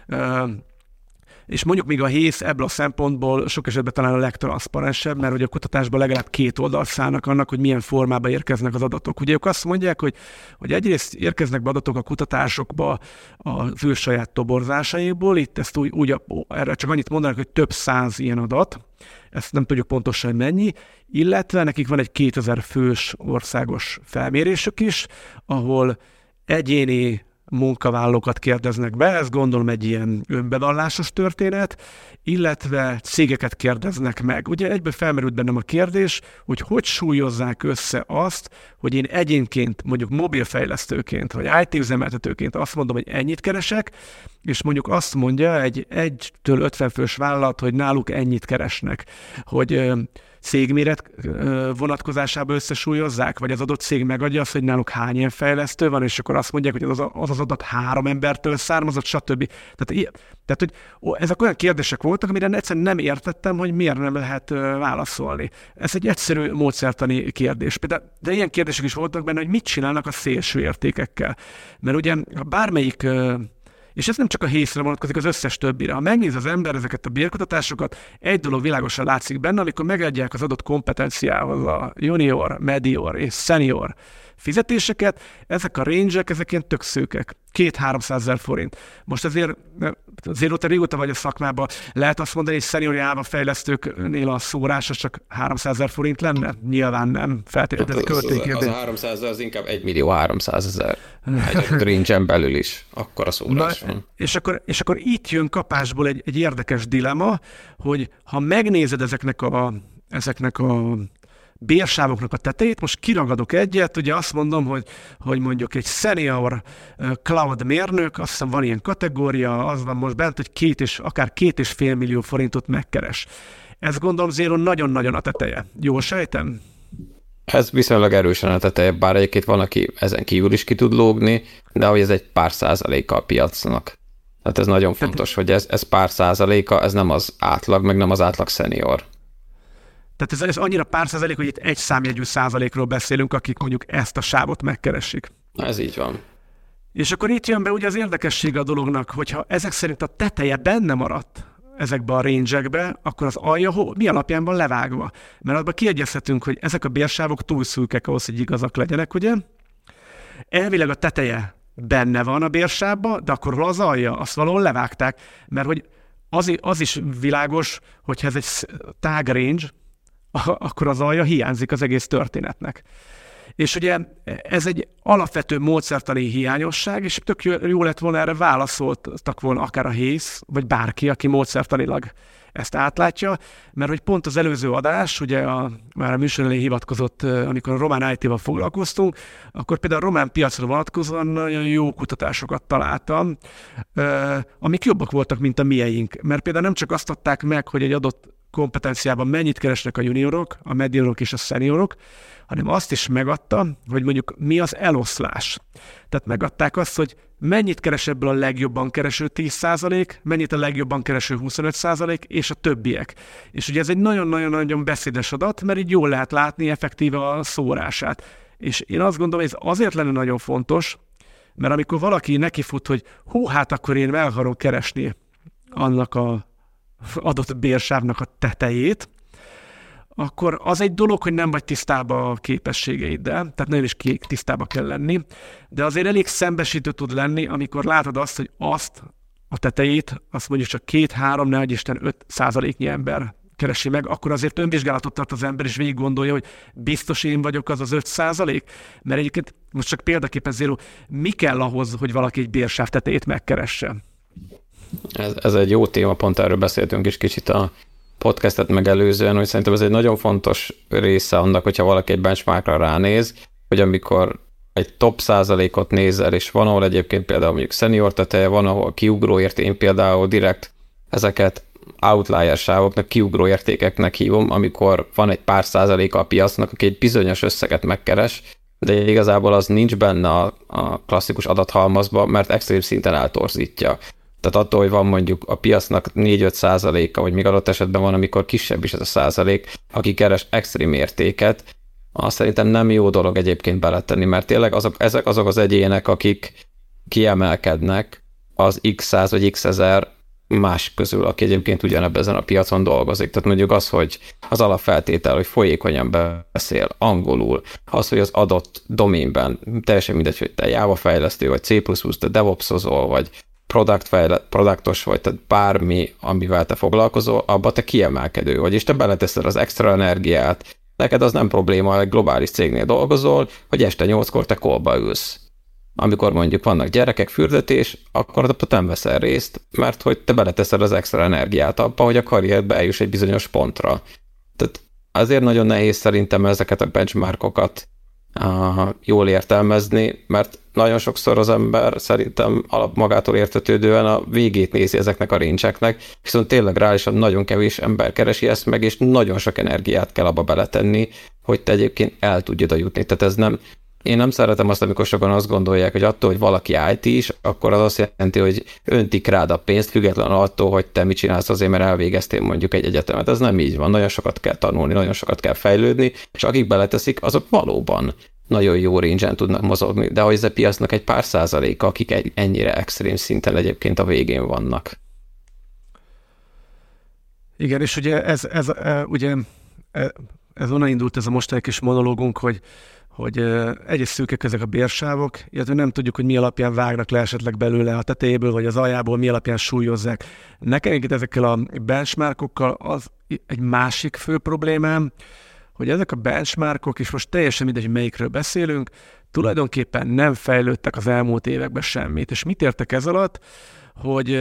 Speaker 1: és mondjuk még a Hays ebből a szempontból sok esetben talán a legtranszparensebb, mert hogy a kutatásban legalább 2 oldalt szállnak annak, hogy milyen formában érkeznek az adatok. Ugye ők azt mondják, hogy egyrészt érkeznek be adatok a kutatásokba az ő saját toborzásaiból, itt ezt erre csak annyit mondanak, hogy több 100 ilyen adat, ezt nem tudjuk pontosan, hogy mennyi, illetve nekik van egy 2000 fős országos felmérésük is, ahol egyéni munkavállalókat kérdeznek be, ez gondolom egy ilyen önbevallásos történet, illetve cégeket kérdeznek meg. Ugye egyből felmerült bennem a kérdés, hogy súlyozzák össze azt, hogy én egyénként, mondjuk mobilfejlesztőként, vagy IT-üzemeltetőként azt mondom, hogy ennyit keresek, és mondjuk azt mondja egy 1-től 50 fős vállalat, hogy náluk ennyit keresnek, hogy cégméret vonatkozásában összesúlyozzák, vagy az adott cég megadja azt, hogy náluk hány ilyen fejlesztő van, és akkor azt mondják, hogy az adat 3 embertől származott, stb. Tehát, hogy ezek olyan kérdések voltak, amire egyszerűen nem értettem, hogy miért nem lehet válaszolni. Ez egy egyszerű módszertani kérdés. De ilyen kérdések is voltak benne, hogy mit csinálnak a szélső értékekkel. Mert ugye bármelyik, és ez nem csak a Hays-re vonatkozik, az összes többire. Ha megnéz az ember ezeket a bérkutatásokat, egy dolog világosan látszik benne, amikor megadják az adott kompetenciához a junior, medior és senior fizetéseket, ezek a range-ek, ezek ilyen tök szőkek. 200-300 ezer forint. Most azért régóta vagy a szakmában, lehet azt mondani, hogy senior Java fejlesztőknél a szórás az csak 300 ezer forint lenne? Nyilván nem. Feltétlenül
Speaker 2: az a 300 ezer az inkább 1 millió 300 ezer. Egy range-en belül is. Akkor a szórás van.
Speaker 1: És akkor itt jön kapásból egy érdekes dilema, hogy ha megnézed ezeknek a bérsávoknak a tetejét, most kiragadok egyet, ugye azt mondom, hogy mondjuk egy senior cloud mérnök, azt hiszem van ilyen kategória, az van most bent, hogy akár 2,5 millió forintot megkeres. Ez gondolom Zéron nagyon-nagyon a teteje. Jól sejtem?
Speaker 2: Ez viszonylag erősen a teteje, bár egyébként van, aki ezen kívül is ki tud lógni, de hogy ez egy pár százaléka a piacnak. Tehát ez nagyon fontos, hogy ez pár százaléka, ez nem az átlag, meg nem az átlag senior.
Speaker 1: Tehát ez annyira pár százalék, hogy itt egy számjegyű százalékról beszélünk, akik mondjuk ezt a sávot megkeresik.
Speaker 2: Ez így van.
Speaker 1: És akkor itt jön be ugye az érdekessége a dolognak, hogyha ezek szerint a teteje benne maradt ezekbe a range-ekbe, akkor az alja mi alapján van levágva? Mert abban kiegyezhetünk, hogy ezek a bérsávok túl szűkek ahhoz, hogy igazak legyenek, ugye? Elvileg a teteje benne van a bérsávban, de akkor az alja, azt valahol levágták, mert hogy az is világos, hogyha ez egy tág range, akkor az alja hiányzik az egész történetnek. És ugye ez egy alapvető módszertani hiányosság, és tök jó lett volna, erre válaszoltak volna akár a Hays, vagy bárki, aki módszertanilag ezt átlátja, mert hogy pont az előző adás, ugye már a műsor elé hivatkozott, amikor a román IT-val foglalkoztunk, akkor például a román piacra vonatkozóan nagyon jó kutatásokat találtam, amik jobbak voltak, mint a mieink. Mert például nem csak azt adták meg, hogy egy adott kompetenciában mennyit keresnek a juniorok, a mediorok és a szeniorok, hanem azt is megadta, hogy mondjuk mi az eloszlás. Tehát megadták azt, hogy mennyit keres ebből a legjobban kereső 10%, mennyit a legjobban kereső 25%, és a többiek. És ugye ez egy nagyon-nagyon beszédes adat, mert így jól lehet látni effektíve a szórását. És én azt gondolom, hogy ez azért lenne nagyon fontos, mert amikor valaki nekifut, hogy hát akkor én meg akarom keresni annak a adott bérsávnak a tetejét, akkor az egy dolog, hogy nem vagy tisztában a képességeiddel, tehát nagyon is tisztában kell lenni, de azért elég szembesítő tud lenni, amikor látod azt, hogy azt a tetejét, azt mondjuk csak 2-3, ne adj Isten 5%-nyi ember keresi meg, akkor azért önvizsgálatot tart az ember, és végig gondolja, hogy biztos én vagyok az 5%, mert egyébként most csak példaképpen zéró, mi kell ahhoz, hogy valaki egy bérsáv tetejét megkeresse?
Speaker 2: Ez egy jó téma, pont erről beszéltünk is kicsit a podcastet megelőzően, hogy szerintem ez egy nagyon fontos része annak, hogyha valaki egy benchmarkra ránéz, hogy amikor egy top százalékot nézel, és van, ahol egyébként például mondjuk senior teteje, van, ahol kiugró én például direkt ezeket outlier sávoknak, kiugró értékeknek hívom, amikor van egy pár százaléka a piacnak, aki egy bizonyos összeget megkeres, de igazából az nincs benne a klasszikus adathalmazban, mert extrém szinten eltorzítja. Tehát attól, hogy van mondjuk a piacnak 4-5%-a, vagy még adott esetben van, amikor kisebb is ez a százalék, aki keres extrém értéket, azt szerintem nem jó dolog egyébként beletenni, mert tényleg ezek azok az egyének, akik kiemelkednek az x 100 vagy x 1000 más közül, aki egyébként ugyanebben ezen a piacon dolgozik. Tehát mondjuk az, hogy az alapfeltétel, hogy folyékonyan beszél angolul, az, hogy az adott doménben, teljesen mindegy, hogy te Java fejlesztő, vagy C++, te DevOps-ozol, vagy produktos vagy, tehát bármi, amivel te foglalkozol, abba te kiemelkedő vagy, és te beleteszed az extra energiát. Neked az nem probléma, egy globális cégnél dolgozol, hogy este 8-kor te callba ülsz. Amikor mondjuk vannak gyerekek, fürdetés, akkor abban nem veszel részt, mert hogy te beleteszed az extra energiát abba, hogy a karrieredbe eljuss egy bizonyos pontra. Tehát azért nagyon nehéz szerintem ezeket a benchmarkokat jól értelmezni, mert nagyon sokszor az ember szerintem magától értetődően a végét nézi ezeknek a range-eknek, viszont tényleg reálisan nagyon kevés ember keresi ezt meg, és nagyon sok energiát kell abba beletenni, hogy te egyébként el tudjad jutni. Tehát ez nem, én nem szeretem azt, amikor sokan azt gondolják, hogy attól, hogy valaki IT is, akkor az azt jelenti, hogy öntik rád a pénzt, függetlenül attól, hogy te mit csinálsz azért, mert elvégeztél mondjuk egy egyetemet. Ez nem így van, nagyon sokat kell tanulni, nagyon sokat kell fejlődni, és akik beleteszik, azok valóban nagyon jó range-en tudnak mozogni, de hogy ez a piacnak egy pár százaléka, akik ennyire extrém szinten egyébként a végén vannak.
Speaker 1: Igen, és ugye ez onnan indult ez a mostani kis monológunk, hogy egyrészt szűkek ezek a bérsávok, illetve nem tudjuk, hogy mi alapján vágnak le esetleg belőle a tetejéből, vagy az aljából, mi alapján súlyozzák. Nekem ezekkel a benchmarkokkal az egy másik fő problémám, hogy ezek a benchmarkok, és most teljesen mindegy, hogy melyikről beszélünk, tulajdonképpen nem fejlődtek az elmúlt években semmit. És mit értek ez alatt? Hogy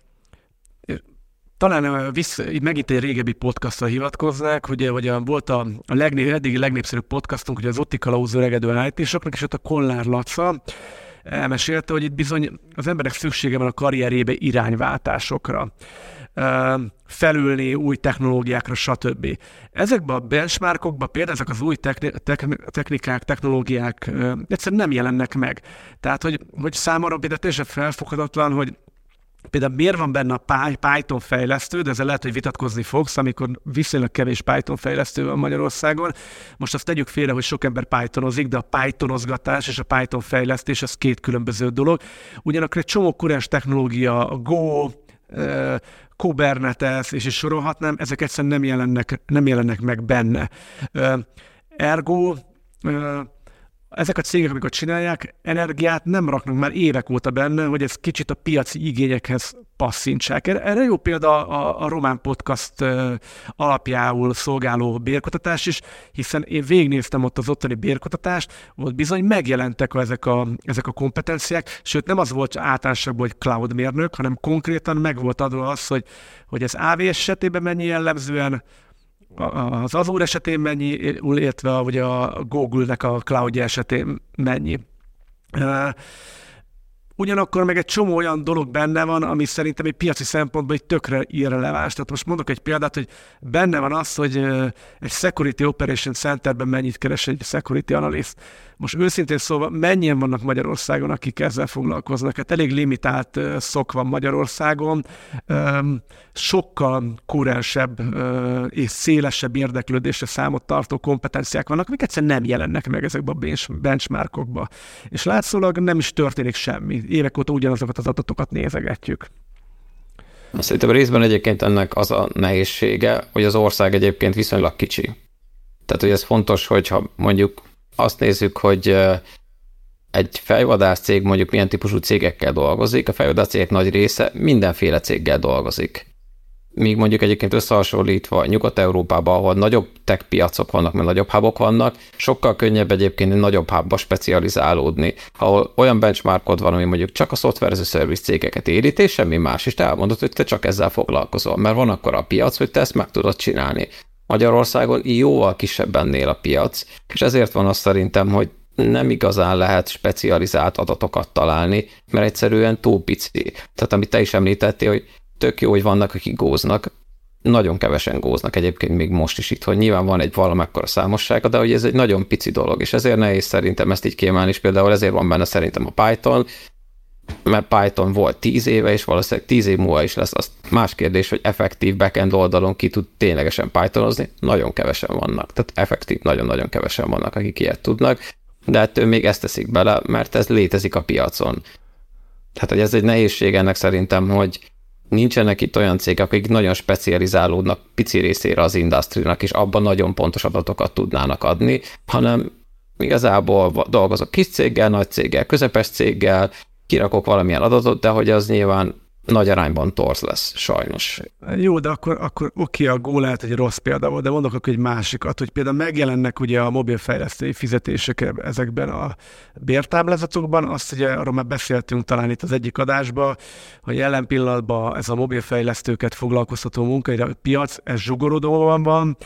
Speaker 1: talán megint egy régebbi podcastra hivatkoznák, hogy volt eddigi legnépszerűbb podcastunk, ugye az Otti Kalauz öregedő IT-soknak, és ott a Kollár Laca elmesélte, hogy itt bizony az emberek szüksége van a karrierjébe irányváltásokra, felülni új technológiákra, stb. Ezekben a benchmarkokban például ezek az új technikák, technológiák egyszerűen nem jelennek meg. Tehát, hogy számomra például teljesen felfoghatatlan, hogy például miért van benne a Python fejlesztő, de ezzel lehet, hogy vitatkozni fogsz, amikor viszonylag kevés Python fejlesztő van Magyarországon. Most azt tegyük félre, hogy sok ember Pythonozik, de a Pythonozgatás és a Python fejlesztés az két különböző dolog. Ugyanakkor egy csomó kurens technológia, a Go, Kubernetes, és is sorolhatnám, ezek egyszerűen nem jelennek meg benne. Ergo, ezek a cégek, amikor csinálják, energiát nem raknak már évek óta benne, hogy ez kicsit a piaci igényekhez passzintsák. Erre jó példa a Román Podcast alapjául szolgáló bérkutatás is, hiszen én végignéztem ott az ottani bérkutatást, ott bizony megjelentek ezek a kompetenciák, sőt nem az volt általánosabban, hogy cloud mérnök, hanem konkrétan meg volt adva az, hogy az AWS esetében mennyi jellemzően, az Azure esetén mennyi, illetve ugye a Google-nek a cloudja esetén mennyi. Ugyanakkor meg egy csomó olyan dolog benne van, ami szerintem egy piaci szempontból egy tökre irreleváns. Tehát most mondok egy példát, hogy benne van az, hogy egy Security Operation Centerben mennyit keres egy security analyst. Most őszintén szóval mennyien vannak Magyarországon, akik ezzel foglalkoznak? Hát elég limitált szok van Magyarországon, sokkal kúrensebb és szélesebb érdeklődésre számot tartó kompetenciák vannak, amik egyszerűen nem jelennek meg ezekbe a benchmarkokba. És látszólag nem is történik semmi. Évek óta ugyanazokat az adatokat nézegetjük.
Speaker 2: Szerintem részben egyébként ennek az a nehézsége, hogy az ország egyébként viszonylag kicsi. Tehát, hogy ez fontos, hogyha mondjuk azt nézzük, hogy egy fejvadász cég mondjuk milyen típusú cégekkel dolgozik, a fejvadász cégek nagy része mindenféle céggel dolgozik. Míg mondjuk egyébként összehasonlítva Nyugat-Európában, ahol nagyobb tech piacok vannak, mert nagyobb hubok vannak, sokkal könnyebb egyébként egy nagyobb hubba specializálódni, ahol olyan benchmarkod van, ami mondjuk csak a software as a service cégeket éríti, és semmi más, és te elmondod, hogy te csak ezzel foglalkozol, mert van akkor a piac, hogy te ezt meg tudod csinálni. Magyarországon jóval kisebb ennél a piac, és ezért van az szerintem, hogy nem igazán lehet specializált adatokat találni, mert egyszerűen túl pici. Tehát amit te is említettél, hogy tök jó, hogy vannak, akik góznak, nagyon kevesen góznak egyébként még most is itt, hogy nyilván van egy valamekkora számossága, de hogy ez egy nagyon pici dolog, és ezért nehéz szerintem ezt így kiemelni, és például ezért van benne szerintem a Python, mert Python volt 10 éve, és valószínűleg 10 év múlva is lesz. Az más kérdés, hogy effektív backend oldalon ki tud ténylegesen Pythonozni, nagyon kevesen vannak. Tehát effektív, nagyon-nagyon kevesen vannak, akik ilyet tudnak, de ettől még ezt teszik bele, mert ez létezik a piacon. Tehát, hogy ez egy nehézség ennek szerintem, hogy nincsenek itt olyan cégek, akik nagyon specializálódnak pici részére az industrinak, és abban nagyon pontos adatokat tudnának adni, hanem igazából dolgozok kis céggel, nagy céggel, közepes céggel, kirakok valamilyen adatot, de hogy az nyilván nagy arányban torz lesz, sajnos.
Speaker 1: Jó, de akkor oké, a Go lehet egy rossz példa volt, de mondok akkor egy másikat, hogy például megjelennek ugye a mobilfejlesztői fizetések ezekben a bértáblázatokban, azt ugye arról már beszéltünk talán itt az egyik adásban, hogy jelen pillanatban ez a mobilfejlesztőket foglalkoztató munkapiac, ez zsugorodóban van.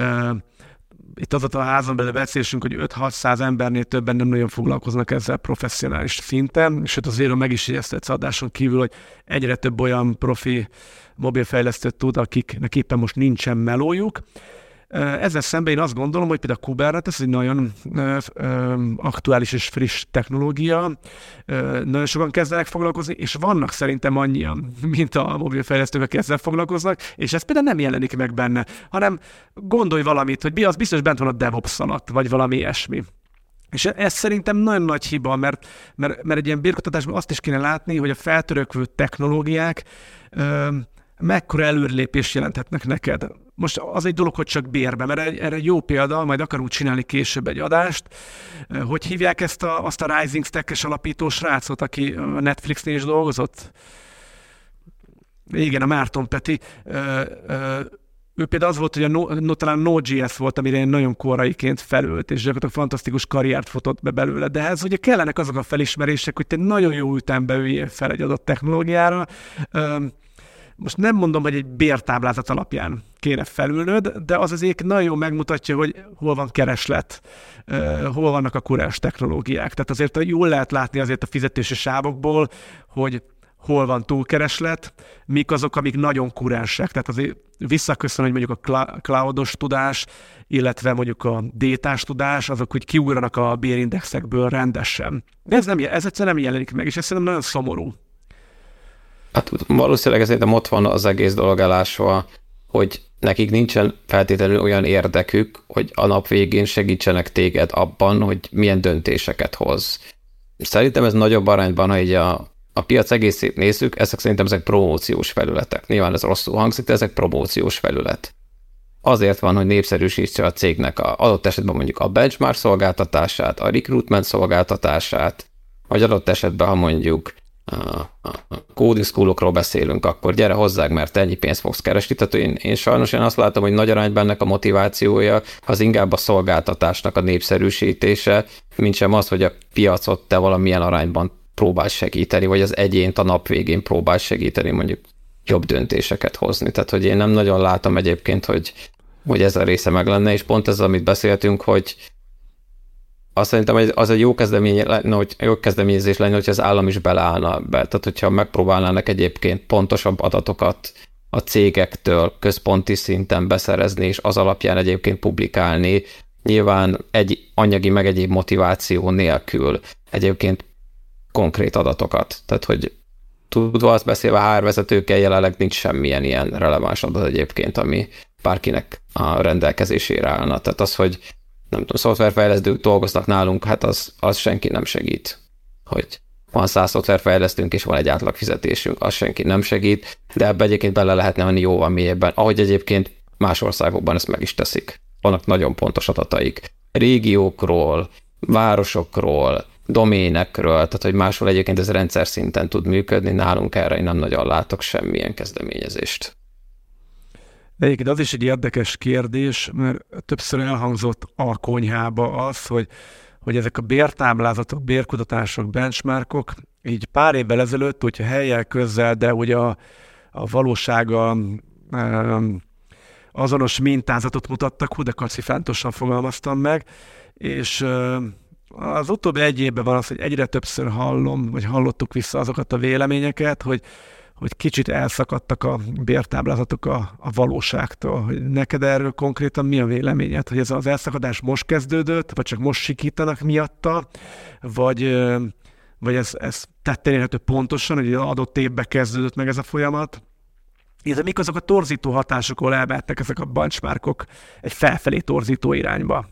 Speaker 1: Itt az a házon belül beszélünk, hogy 5-600 embernél többen nem nagyon foglalkoznak ezzel professzionális szinten, és azért meg is jegyeztetsz adáson kívül, hogy egyre több olyan profi mobilfejlesztőt tud, akiknek éppen most nincsen melójuk. Ezzel szemben én azt gondolom, hogy például a Kubernetes egy nagyon aktuális és friss technológia, nagyon sokan kezdenek foglalkozni, és vannak szerintem annyian, mint a mobilfejlesztők, akik ezzel foglalkoznak, és ez például nem jelenik meg benne, hanem gondolj valamit, hogy az biztos bent van a DevOps alatt, vagy valami ilyesmi. És ez szerintem nagyon nagy hiba, mert egy ilyen bérkutatásban azt is kéne látni, hogy a feltörekvő technológiák mekkora előrelépést jelenthetnek neked. Most az egy dolog, hogy csak bérbe, mert erre jó példa, majd akarunk csinálni később egy adást. Hogy hívják azt a Rising Stack-es alapító srácot, aki a Netflixnél is dolgozott? Igen, a Márton Peti. Ő például az volt, hogy talán Node.js volt, amire én nagyon koraiként felült, és gyakorlatilag fantasztikus karriert futott be belőle. De ez ugye kellenek azok a felismerések, hogy te nagyon jó ütembe üljél fel egy adott technológiára. Most nem mondom, hogy egy bértáblázat alapján kéne felülnöd, de az azért nagyon jól megmutatja, hogy hol van kereslet, hol vannak a kurás technológiák. Tehát azért jól lehet látni azért a fizetési sávokból, hogy hol van túlkereslet, mik azok, amik nagyon kurensek. Tehát azért visszaköszön, hogy mondjuk a cloudos tudás, illetve mondjuk a détás tudás, azok, hogy kiugranak a bérindexekből rendesen. De ez egyszerűen nem jelenik meg, és ez szerintem nagyon szomorú.
Speaker 2: Hát valószínűleg szerintem ott van az egész dolog elásva, hogy nekik nincsen feltétlenül olyan érdekük, hogy a nap végén segítsenek téged abban, hogy milyen döntéseket hoz. Szerintem ez nagyobb arányban, ha így a piac egészét nézzük, ezek promóciós felületek. Nyilván ez rosszul hangzik, de ezek promóciós felület. Azért van, hogy népszerűsítse a cégnek adott esetben mondjuk a benchmark szolgáltatását, a recruitment szolgáltatását, vagy adott esetben, ha mondjuk a coding schoolokról beszélünk, akkor gyere hozzák, mert ennyi pénzt fogsz keresni. Tehát én sajnos azt látom, hogy nagy arányban ennek a motivációja az inkább a szolgáltatásnak a népszerűsítése, mint sem az, hogy a piacot te valamilyen arányban próbál segíteni, vagy az egyént a nap végén próbál segíteni, mondjuk jobb döntéseket hozni. Tehát, hogy én nem nagyon látom egyébként, hogy ez a része meg lenne, és pont ez, amit beszéltünk, hogy azt szerintem, hogy az egy jó kezdeményezés lenne, hogyha az állam is beleállna be. Tehát, hogyha megpróbálnának egyébként pontosabb adatokat a cégektől központi szinten beszerezni, és az alapján egyébként publikálni, nyilván egy anyagi meg egyéb motiváció nélkül egyébként konkrét adatokat. Tehát, hogy tudva azt beszélve HR vezetőkkel jelenleg nincs semmilyen ilyen releváns adat egyébként, ami bárkinek a rendelkezésére állna. Tehát az, hogy nem tudom, szoftverfejlesztők dolgoznak nálunk, hát az senki nem segít. Hogy van 100 szoftverfejlesztőnk, és van egy átlag fizetésünk, az senki nem segít, de ebbe egyébként bele lehetne menni jóval mélyebben, ahogy egyébként más országokban ezt meg is teszik. Vannak nagyon pontos adataik. Régiókról, városokról, doménekről, tehát hogy máshol egyébként ez rendszer szinten tud működni, nálunk erre én nem nagyon látok semmilyen kezdeményezést.
Speaker 1: De egyébként az is egy érdekes kérdés, mert többször elhangzott a konyhába az, hogy ezek a bértáblázatok, bérkutatások, benchmarkok, így pár évvel ezelőtt, hogyha helyjel közzel, de ugye a valósága azonos mintázatot mutattak, de kacifántosan fogalmaztam meg, és az utóbbi egy évben van az, hogy egyre többször hallottuk vissza azokat a véleményeket, hogy kicsit elszakadtak a bértáblázatok a valóságtól. Hogy neked erről konkrétan mi a véleményed? Hogy ez az elszakadás most kezdődött, vagy csak most sikítanak miatta, vagy ez tetten érhető pontosan, hogy adott évben kezdődött meg ez a folyamat? Illetve mik azok a torzító hatások, ahol elmehetnek ezek a benchmarkok egy felfelé torzító irányba?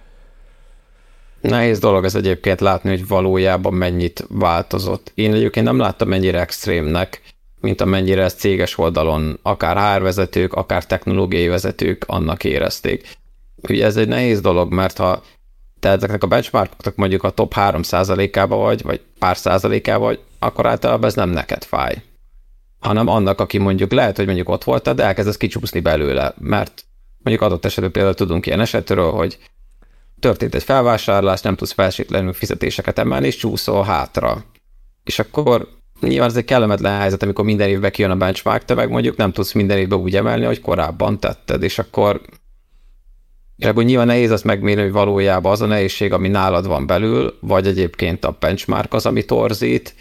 Speaker 2: Nehéz dolog ez egyébként látni, hogy valójában mennyit változott. Én egyébként nem láttam mennyire extrémnek, mint amennyire ezt céges oldalon akár HR vezetők, akár technológiai vezetők annak érezték. Ugye ez egy nehéz dolog, mert ha te ezeknek a benchmarkoknak mondjuk a top 3%-ába vagy pár százalékába vagy, akkor általában ez nem neked fáj, hanem annak, aki mondjuk lehet, hogy mondjuk ott voltad, de elkezdesz kicsúszni belőle, mert mondjuk adott esetben például tudunk ilyen esetről, hogy történt egy felvásárlás, nem tudsz feltétlenül fizetéseket emelni, és csúszol hátra. És akkor nyilván ez egy kellemetlen helyzet, amikor minden évben kijön a benchmark, te meg mondjuk nem tudsz minden évben úgy emelni, hogy korábban tetted, és akkor nyilván nehéz azt megmérni, hogy valójában az a nehézség, ami nálad van belül, vagy egyébként a benchmark az, ami torzít.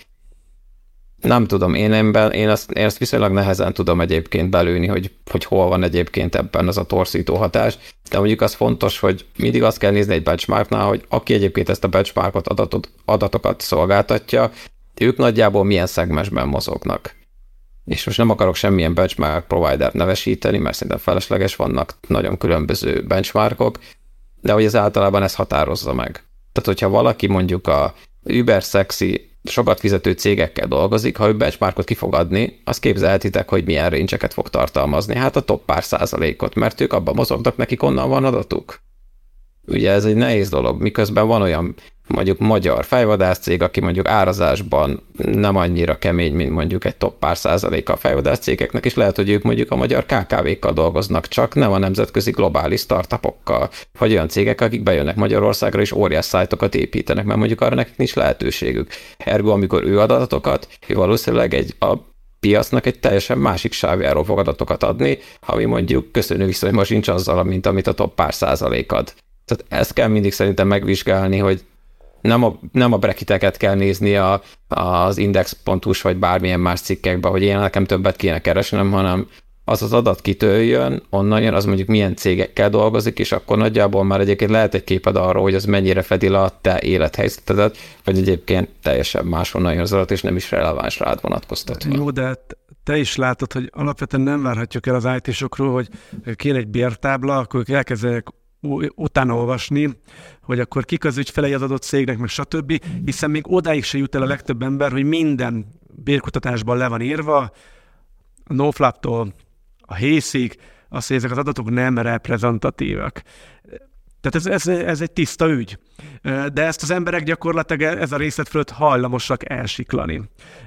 Speaker 2: Nem tudom, én ezt viszonylag nehezen tudom egyébként belőni, hogy hol van egyébként ebben az a torzító hatás, de mondjuk az fontos, hogy mindig azt kell nézni egy benchmarknál, hogy aki egyébként ezt a benchmarkot adatokat szolgáltatja, ők nagyjából milyen szegmensben mozognak. És most nem akarok semmilyen benchmark provider nevesíteni, mert szerintem felesleges, vannak nagyon különböző benchmarkok, de hogy ez általában ezt határozza meg. Tehát, hogyha valaki mondjuk a Uber szexi, sokat fizető cégekkel dolgozik, ha ő benchmarkot ki fog adni, azt képzelhetitek, hogy milyen range-eket fog tartalmazni. Hát a top pár százalékot, mert ők abban mozognak, nekik onnan van adatuk. Ugye ez egy nehéz dolog, miközben van olyan mondjuk magyar fejvadász cég, aki mondjuk árazásban nem annyira kemény, mint mondjuk egy top pár százaléka a fejvadász cégeknek, és lehet, hogy ők mondjuk a magyar KKV-kkal dolgoznak, csak nem a nemzetközi globális startupokkal, vagy olyan cégek, akik bejönnek Magyarországra, és óriás szájtokat építenek, mert mondjuk arra nekik nincs lehetőségük. Ergo, amikor ő ad adatokat, ő valószínűleg a piacnak egy teljesen másik sávjáról fog adatokat adni, ami mondjuk köszönő viszonyban sincs azzal, mint amit a top pár százalék ad. Tehát ezt kell mindig szerintem megvizsgálni, hogy nem a bracketeket kell nézni az index.hu-s vagy bármilyen más cikkekben, hogy én nekem többet kéne keresnem, hanem az adat kitől jön, onnan jön, az mondjuk milyen cégekkel dolgozik, és akkor nagyjából már egyébként lehet egy képed arról, hogy az mennyire fedi le a te élethelyzetedet, vagy egyébként teljesen máshonnan jön az adat, és nem is releváns rád vonatkoztatva.
Speaker 1: Jó, de te is látod, hogy alapvetően nem várhatjuk el az IT-sokról, hogy kéne egy bértábla, akkor elkezdenek utána olvasni, hogy akkor kik az ügyfelei az adott cégnek, meg stb., hiszen még odáig se jut el a legtöbb ember, hogy minden bérkutatásban le van írva, a NoFlap-tól a Hészig, azt, hogy ezek az adatok nem reprezentatívak. Tehát ez egy tiszta ügy. De ezt az emberek gyakorlatilag ez a részlet fölött hajlamosak elsiklani.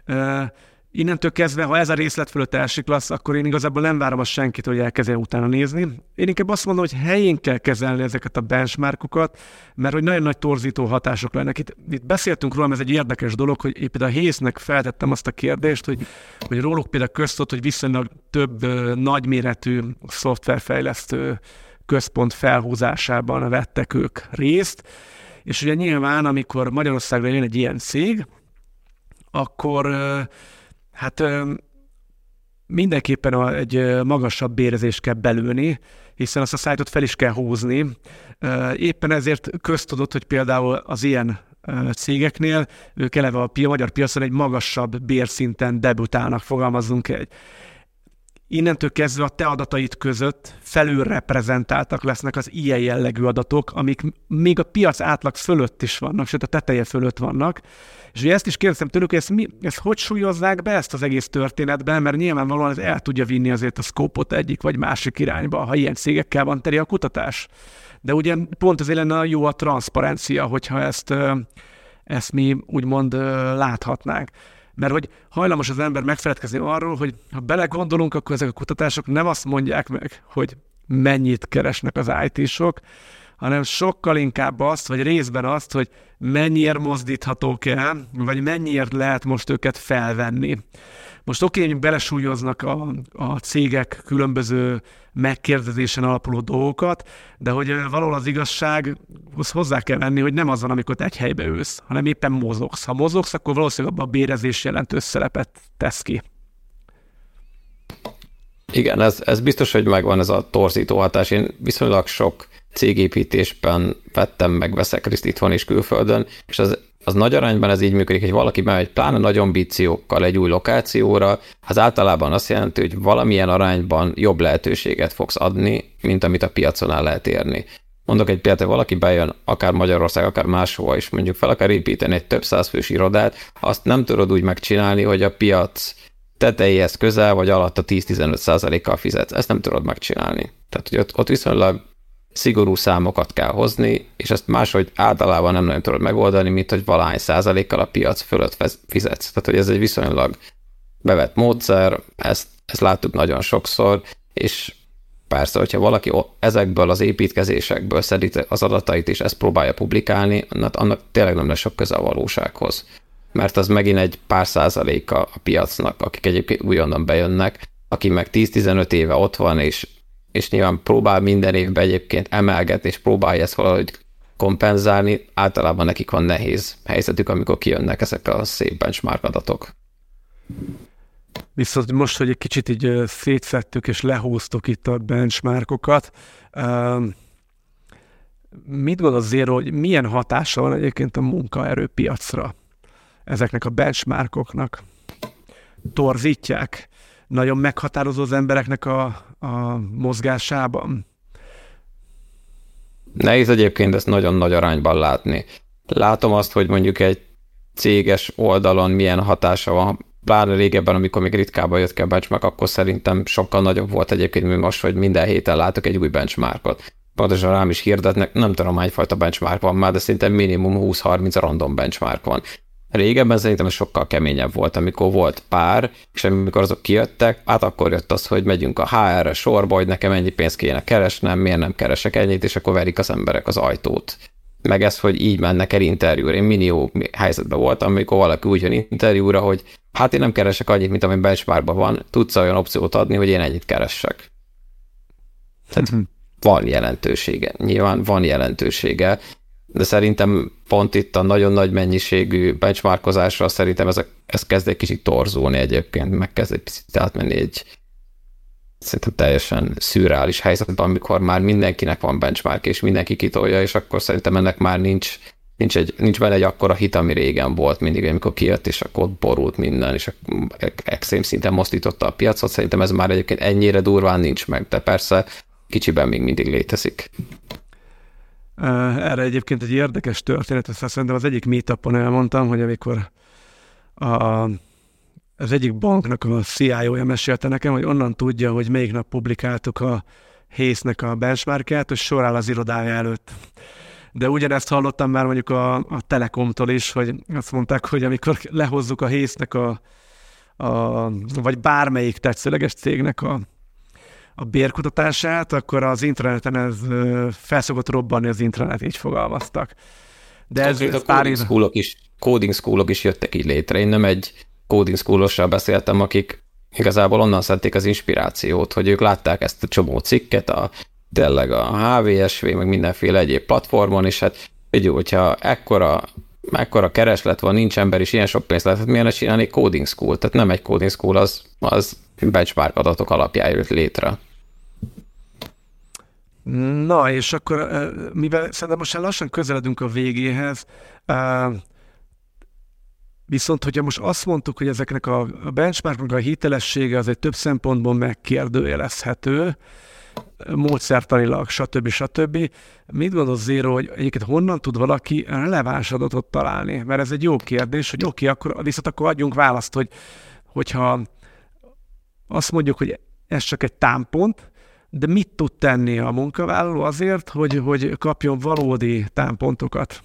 Speaker 1: Innentől kezdve, ha ez a részlet fölött elsiklasz, akkor én igazából nem várom azt senkit, hogy elkezdjen utána nézni. Én inkább azt mondom, hogy helyén kell kezelni ezeket a benchmarkokat, mert hogy nagyon nagy torzító hatások lennek. Itt beszéltünk róla, ez egy érdekes dolog, hogy én például a Hésznek feltettem azt a kérdést, hogy róluk például köztudott, hogy viszonylag több nagyméretű szoftverfejlesztő központ felhúzásában vettek ők részt, És ugye nyilván, amikor Magyarországra jön egy ilyen cég, akkor hát mindenképpen egy magasabb bérezést kell belülni, hiszen azt a szájtot fel is kell húzni. Éppen ezért köztudott, hogy például az ilyen cégeknél ők eleve a magyar piacon egy magasabb bérszinten debütálnak, fogalmazzunk egy. Innentől kezdve a te adatait között felülreprezentáltak lesznek az ilyen jellegű adatok, amik még a piac átlag fölött is vannak, sőt a teteje fölött vannak. És ugye ezt is kérdeztem tőlük, hogy ezt hogy súlyozzák be ezt az egész történetben, mert nyilvánvalóan ez el tudja vinni azért a szkópot egyik vagy másik irányba, ha ilyen cégekkel van teli a kutatás. De ugye pont ezért lenne jó a transzparencia, hogyha ezt mi úgymond láthatnánk. Mert hogy hajlamos az ember megfeledkezni arról, hogy ha belegondolunk, akkor ezek a kutatások nem azt mondják meg, hogy mennyit keresnek az IT-sok, hanem sokkal inkább azt, vagy részben azt, hogy mennyiért mozdíthatók el, vagy mennyiért lehet most őket felvenni. Most oké, hogy belesúlyoznak a cégek különböző megkérdezésen alapuló dolgokat, de hogy valahol az igazsághoz hozzá kell venni, hogy nem az van, amikor egy helybe ülsz, hanem éppen mozogsz. Ha mozogsz, akkor valószínűleg abban a bérezés jelentős szerepet tesz ki.
Speaker 2: Igen, ez biztos, hogy megvan ez a torzító hatás. Én viszonylag sok cégépítésben veszek részt itthon és külföldön, és az nagy arányban ez így működik, hogy valaki bemegy pláne nagy ambíciókkal egy új lokációra, az általában azt jelenti, hogy valamilyen arányban jobb lehetőséget fogsz adni, mint amit a piacon el lehet érni. Mondok egy példát, hogy valaki bejön akár Magyarország, akár máshova is, mondjuk fel akar építeni egy több százfős irodát, azt nem tudod úgy megcsinálni, hogy a piac tetejéhez közel, vagy alatt a 10-15%-kal fizetsz. Ezt nem tudod megcsinálni. Tehát, hogy ott viszonylag szigorú számokat kell hozni, és ezt máshogy általában nem nagyon tudod megoldani, mint hogy valahány százalékkal a piac fölött fizetsz. Tehát, hogy ez egy viszonylag bevett módszer, ezt láttuk nagyon sokszor, és persze, hogyha valaki ezekből az építkezésekből szedi az adatait, és ezt próbálja publikálni, annak tényleg nem lesz sok köze a valósághoz. Mert az megint egy pár százaléka a piacnak, akik egyébként újonnan bejönnek, aki meg 10-15 éve ott van, és nyilván próbál minden évben egyébként emelgetni, és próbálja ezt valahogy kompenzálni, általában nekik van nehéz helyzetük, amikor kijönnek ezek a szép benchmark adatok.
Speaker 1: Viszont most, hogy egy kicsit így szétszettük és lehúztuk itt a benchmarkokat, mit gondolsz Zéro, hogy milyen hatása van egyébként a munkaerőpiacra ezeknek a benchmarkoknak? Torzítják? Nagyon meghatározó az embereknek a mozgásában?
Speaker 2: Nehéz egyébként ezt nagyon nagy arányban látni. Látom azt, hogy mondjuk egy céges oldalon milyen hatása van, pláne régebben, amikor még ritkábban jött ki a benchmark, akkor szerintem sokkal nagyobb volt egyébként, mint most, hogy minden héten látok egy új benchmarkot. Pontosan rám is hirdetnek, nem tudom, hányfajta benchmark van már, de szinte minimum 20-30 random benchmark van. Régebben szerintem ez sokkal keményebb volt, amikor volt pár, és amikor azok kijöttek, akkor jött az, hogy megyünk a HR-re sorba, hogy nekem ennyi pénzt kéne keresnem, miért nem keresek ennyit, és akkor verik az emberek az ajtót. Meg ez, hogy így mennek el interjúra. Én millió helyzetben voltam, amikor valaki úgy jön interjúra, hogy hát én nem keresek annyit, mint ami benchmarkban van, tudsz olyan opciót adni, hogy én ennyit keressek. Tehát van jelentősége. Nyilván van jelentősége, de szerintem pont itt a nagyon nagy mennyiségű benchmarkozásra szerintem ez kezd egy kicsit torzulni egyébként, meg kezd egy picit átmenni egy szerintem teljesen szürreális helyzetben, amikor már mindenkinek van benchmark, és mindenki kitolja, és akkor szerintem ennek már nincs benne egy akkora hit, ami régen volt mindig, amikor kijött, és akkor ott borult minden, és extrém szinten mozdította a piacot. Szerintem ez már egyébként ennyire durván nincs meg, de persze kicsiben még mindig létezik.
Speaker 1: Erre egyébként egy érdekes történet, ezt szerintem az egyik meetupon elmondtam, hogy amikor az egyik banknak a CIO-ja mesélte nekem, hogy onnan tudja, hogy melyik nap publikáltuk a Hésznek a benchmarkját, hogy sor áll az irodája előtt. De ugyanezt hallottam már mondjuk a Telekomtól is, hogy azt mondták, hogy amikor lehozzuk a Hésznek vagy bármelyik tetszőleges cégnek a bérkutatását, akkor az interneten ez felszokott robbanni, az internet, így fogalmaztak. De ez
Speaker 2: coding schoolok is jöttek így létre. Én nem egy coding schoolossal beszéltem, akik igazából onnan szedték az inspirációt, hogy ők látták ezt a csomó cikket, tényleg a HVSV, meg mindenféle egyéb platformon, és hát Figyelj, hogyha ekkora kereslet van, nincs ember is, ilyen sok pénzt lehet, miért ne csinálni coding school? Tehát nem egy coding school, az benchmark adatok alapján jött létre.
Speaker 1: Na, és akkor, mivel szerintem most lassan közeledünk a végéhez, viszont hogyha most azt mondtuk, hogy ezeknek a benchmarknak a hitelessége az egy több szempontból megkérdőjelezhető, módszertanilag, stb. Mit gondolsz, Zero, hogy egyébként honnan tud valaki releváns adatot találni? Mert ez egy jó kérdés, hogy oké, akkor adjunk választ, hogyha azt mondjuk, hogy ez csak egy támpont, de mit tud tenni a munkavállaló azért, hogy kapjon valódi támpontokat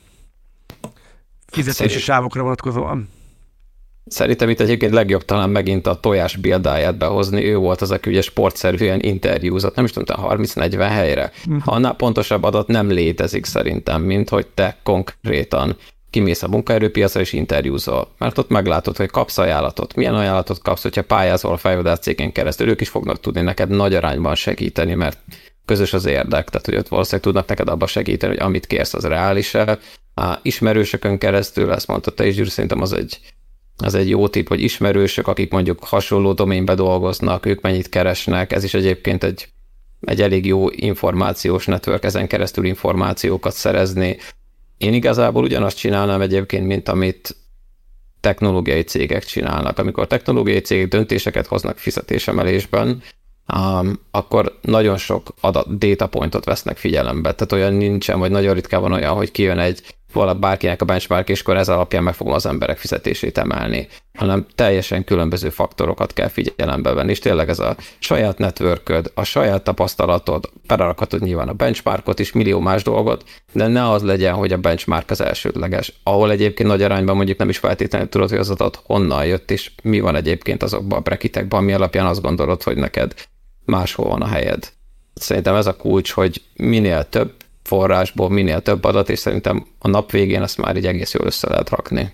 Speaker 1: fizetési sávokra vonatkozóan?
Speaker 2: Szerintem itt egyébként legjobb talán megint a tojás bildáját behozni. Ő volt az, aki ugye sportszerűen interjúzott, nem is tudom, 30-40 helyre. Annál pontosabb adat nem létezik szerintem, mint hogy te konkrétan kimész a munkaerőpiacra és interjúzol. Mert ott meglátod, hogy kapsz ajánlatot. Milyen ajánlatot kapsz, hogyha pályázol a fejvadász cégen keresztül. Ők is fognak tudni neked nagy arányban segíteni, mert közös az érdek. Tehát, hogy ott valószínűleg tudnak neked abba segíteni, hogy amit kérsz, az reális-e. Ismerősökön keresztül, ezt mondta te is, Gyuri, szerintem az egy jó tipp, hogy ismerősök, akik mondjuk hasonló doménbe dolgoznak, ők mennyit keresnek, ez is egyébként egy elég jó információs network, ezen keresztül információkat szerezni. Én igazából ugyanazt csinálnám egyébként, mint amit technológiai cégek csinálnak. Amikor technológiai cégek döntéseket hoznak fizetésemelésben, akkor nagyon sok data pointot vesznek figyelembe. Tehát olyan nincsen, vagy nagyon ritkán van olyan, hogy kijön bárkinek a benchmark, és akkor ez alapján meg fogom az emberek fizetését emelni, hanem teljesen különböző faktorokat kell figyelembe venni, és tényleg ez a saját networköd, a saját tapasztalatod, belerakhatod nyilván a benchmarkot is, millió más dolgot, de ne az legyen, hogy a benchmark az elsődleges, ahol egyébként nagy arányban mondjuk nem is feltétlenül tudod, hogy az adat honnan jött, és mi van egyébként azokban a bracketekben, ami alapján azt gondolod, hogy neked máshol van a helyed. Szerintem ez a kulcs, hogy minél több forrásból, minél több adat, és szerintem a nap végén ezt már így egész jól össze lehet rakni.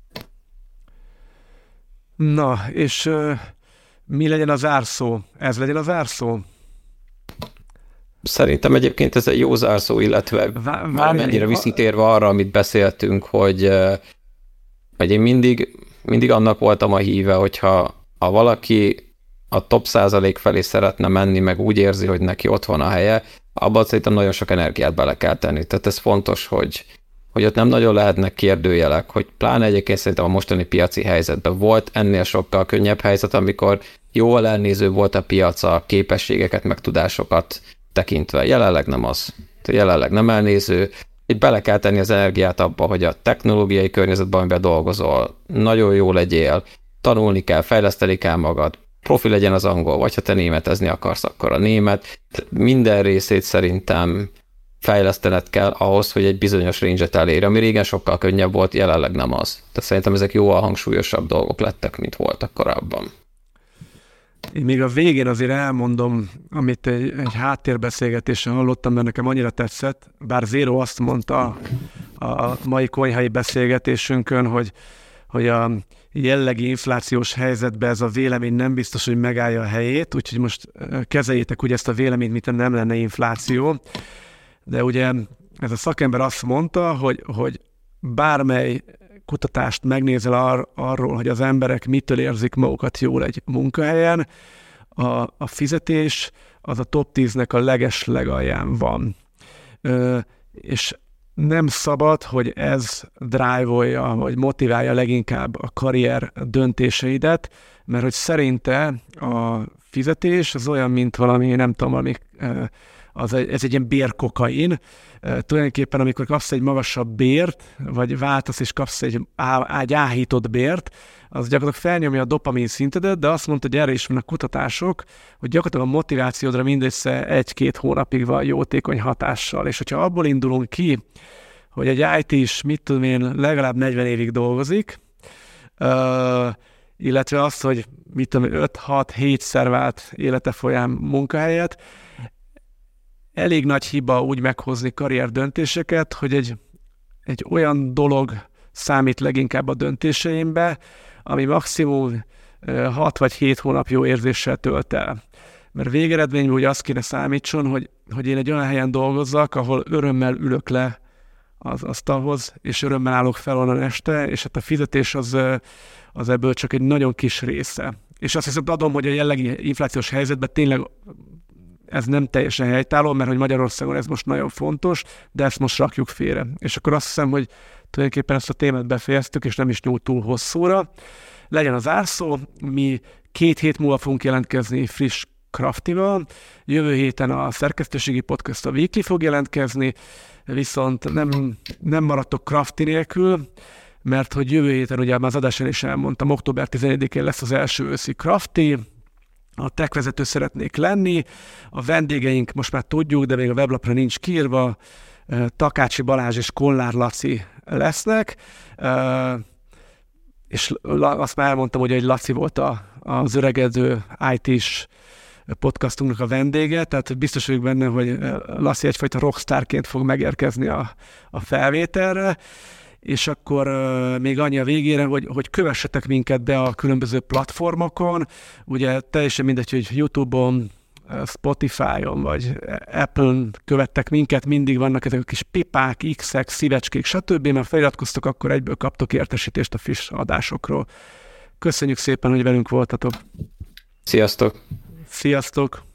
Speaker 1: Na, és mi legyen az zárszó? Ez legyen az zárszó?
Speaker 2: Szerintem egyébként ez egy jó zárszó, illetve mennyire visszatérve arra, amit beszéltünk, hogy én mindig annak voltam a híve, hogyha valaki a top százalék felé szeretne menni, meg úgy érzi, hogy neki ott van a helye, abban szerintem nagyon sok energiát bele kell tenni. Tehát ez fontos, hogy ott nem nagyon lehetnek kérdőjelek, hogy pláne egyébként szerintem a mostani piaci helyzetben volt ennél sokkal könnyebb helyzet, amikor jóval elnéző volt a piac a képességeket, meg tudásokat tekintve. Jelenleg nem az. Jelenleg nem elnéző. Itt bele kell tenni az energiát abba, hogy a technológiai környezetben, amiben dolgozol, nagyon jó legyél, tanulni kell, fejleszteni kell magad, profi legyen az angol, vagy ha te németezni akarsz, akkor a német. Minden részét szerintem fejlesztened kell ahhoz, hogy egy bizonyos range-et elér, ami régen sokkal könnyebb volt, jelenleg nem az. Tehát szerintem ezek jóval hangsúlyosabb dolgok lettek, mint voltak korábban.
Speaker 1: Én még a végén azért elmondom, amit egy háttérbeszélgetésen hallottam, mert nekem annyira tetszett, bár Zero azt mondta a mai konyhai beszélgetésünkön, hogy a jellegi inflációs helyzetben ez a vélemény nem biztos, hogy megállja a helyét, úgyhogy most kezeljétek úgy ezt a véleményt, mint nem lenne infláció. De ugye ez a szakember azt mondta, hogy bármely kutatást megnézel arról, hogy az emberek mitől érzik magukat jól egy munkahelyen, a fizetés az a top 10-nek a legalján van. És nem szabad, hogy ez drive-olja, vagy motiválja leginkább a karrier döntéseidet, mert hogy szerinte a fizetés az olyan, mint valami, nem tudom, ez egy ilyen bérkokain. Tulajdonképpen, amikor kapsz egy magasabb bért, vagy váltasz és kapsz egy áhított bért, az gyakorlatilag felnyomja a dopamin szintedet, de azt mondta, hogy erre is vannak kutatások, hogy gyakorlatilag a motivációdra mindössze 1-2 hónapig van jótékony hatással. És hogyha abból indulunk ki, hogy egy IT-s, mit tudom én, legalább 40 évig dolgozik, illetve azt, hogy mit tudom, 5-6-7-szer vált élete folyam munkahelyet, elég nagy hiba úgy meghozni karrierdöntéseket, hogy egy olyan dolog számít leginkább a döntéseimbe, ami maximum 6 vagy 7 hónap jó érzéssel tölt el. Mert végeredményben úgy azt kéne számítson, hogy én egy olyan helyen dolgozzak, ahol örömmel ülök le az asztalhoz, és örömmel állok fel onnan este, és hát a fizetés az ebből csak egy nagyon kis része. És azt hiszem adom, hogy a jellegi inflációs helyzetben tényleg ez nem teljesen helytálló, mert hogy Magyarországon ez most nagyon fontos, de ezt most rakjuk félre. És akkor azt hiszem, hogy tulajdonképpen ezt a témát befejeztük, és nem is nyújt túl hosszúra. Legyen az árszó, mi 2 hét múlva fogunk jelentkezni friss Craftival. Jövő héten a szerkesztőségi podcast a Weekly fog jelentkezni, viszont nem maradtok Crafti nélkül, mert hogy jövő héten, ugye már az adásán is elmondtam, október 11-én lesz az első őszi Crafti, a tech vezető szeretnék lenni, a vendégeink most már tudjuk, de még a weblapra nincs kiírva, Takácsi Balázs és Kollár Laci lesznek, és azt már elmondtam, hogy Laci volt az öregedő IT-s podcastunknak a vendége, tehát biztos vagyok benne, hogy Laci egyfajta rockstarként fog megérkezni a felvételre, és akkor még annyi a végére, hogy kövessetek minket be a különböző platformokon, ugye teljesen mindegy, hogy YouTube-on, Spotify-on vagy Apple-n követtek minket, mindig vannak ezek a kis pipák, X-ek, szívecskék, stb. Mert feliratkoztok, akkor egyből kaptok értesítést a friss adásokról. Köszönjük szépen, hogy velünk voltatok.
Speaker 2: Sziasztok!
Speaker 1: Sziasztok!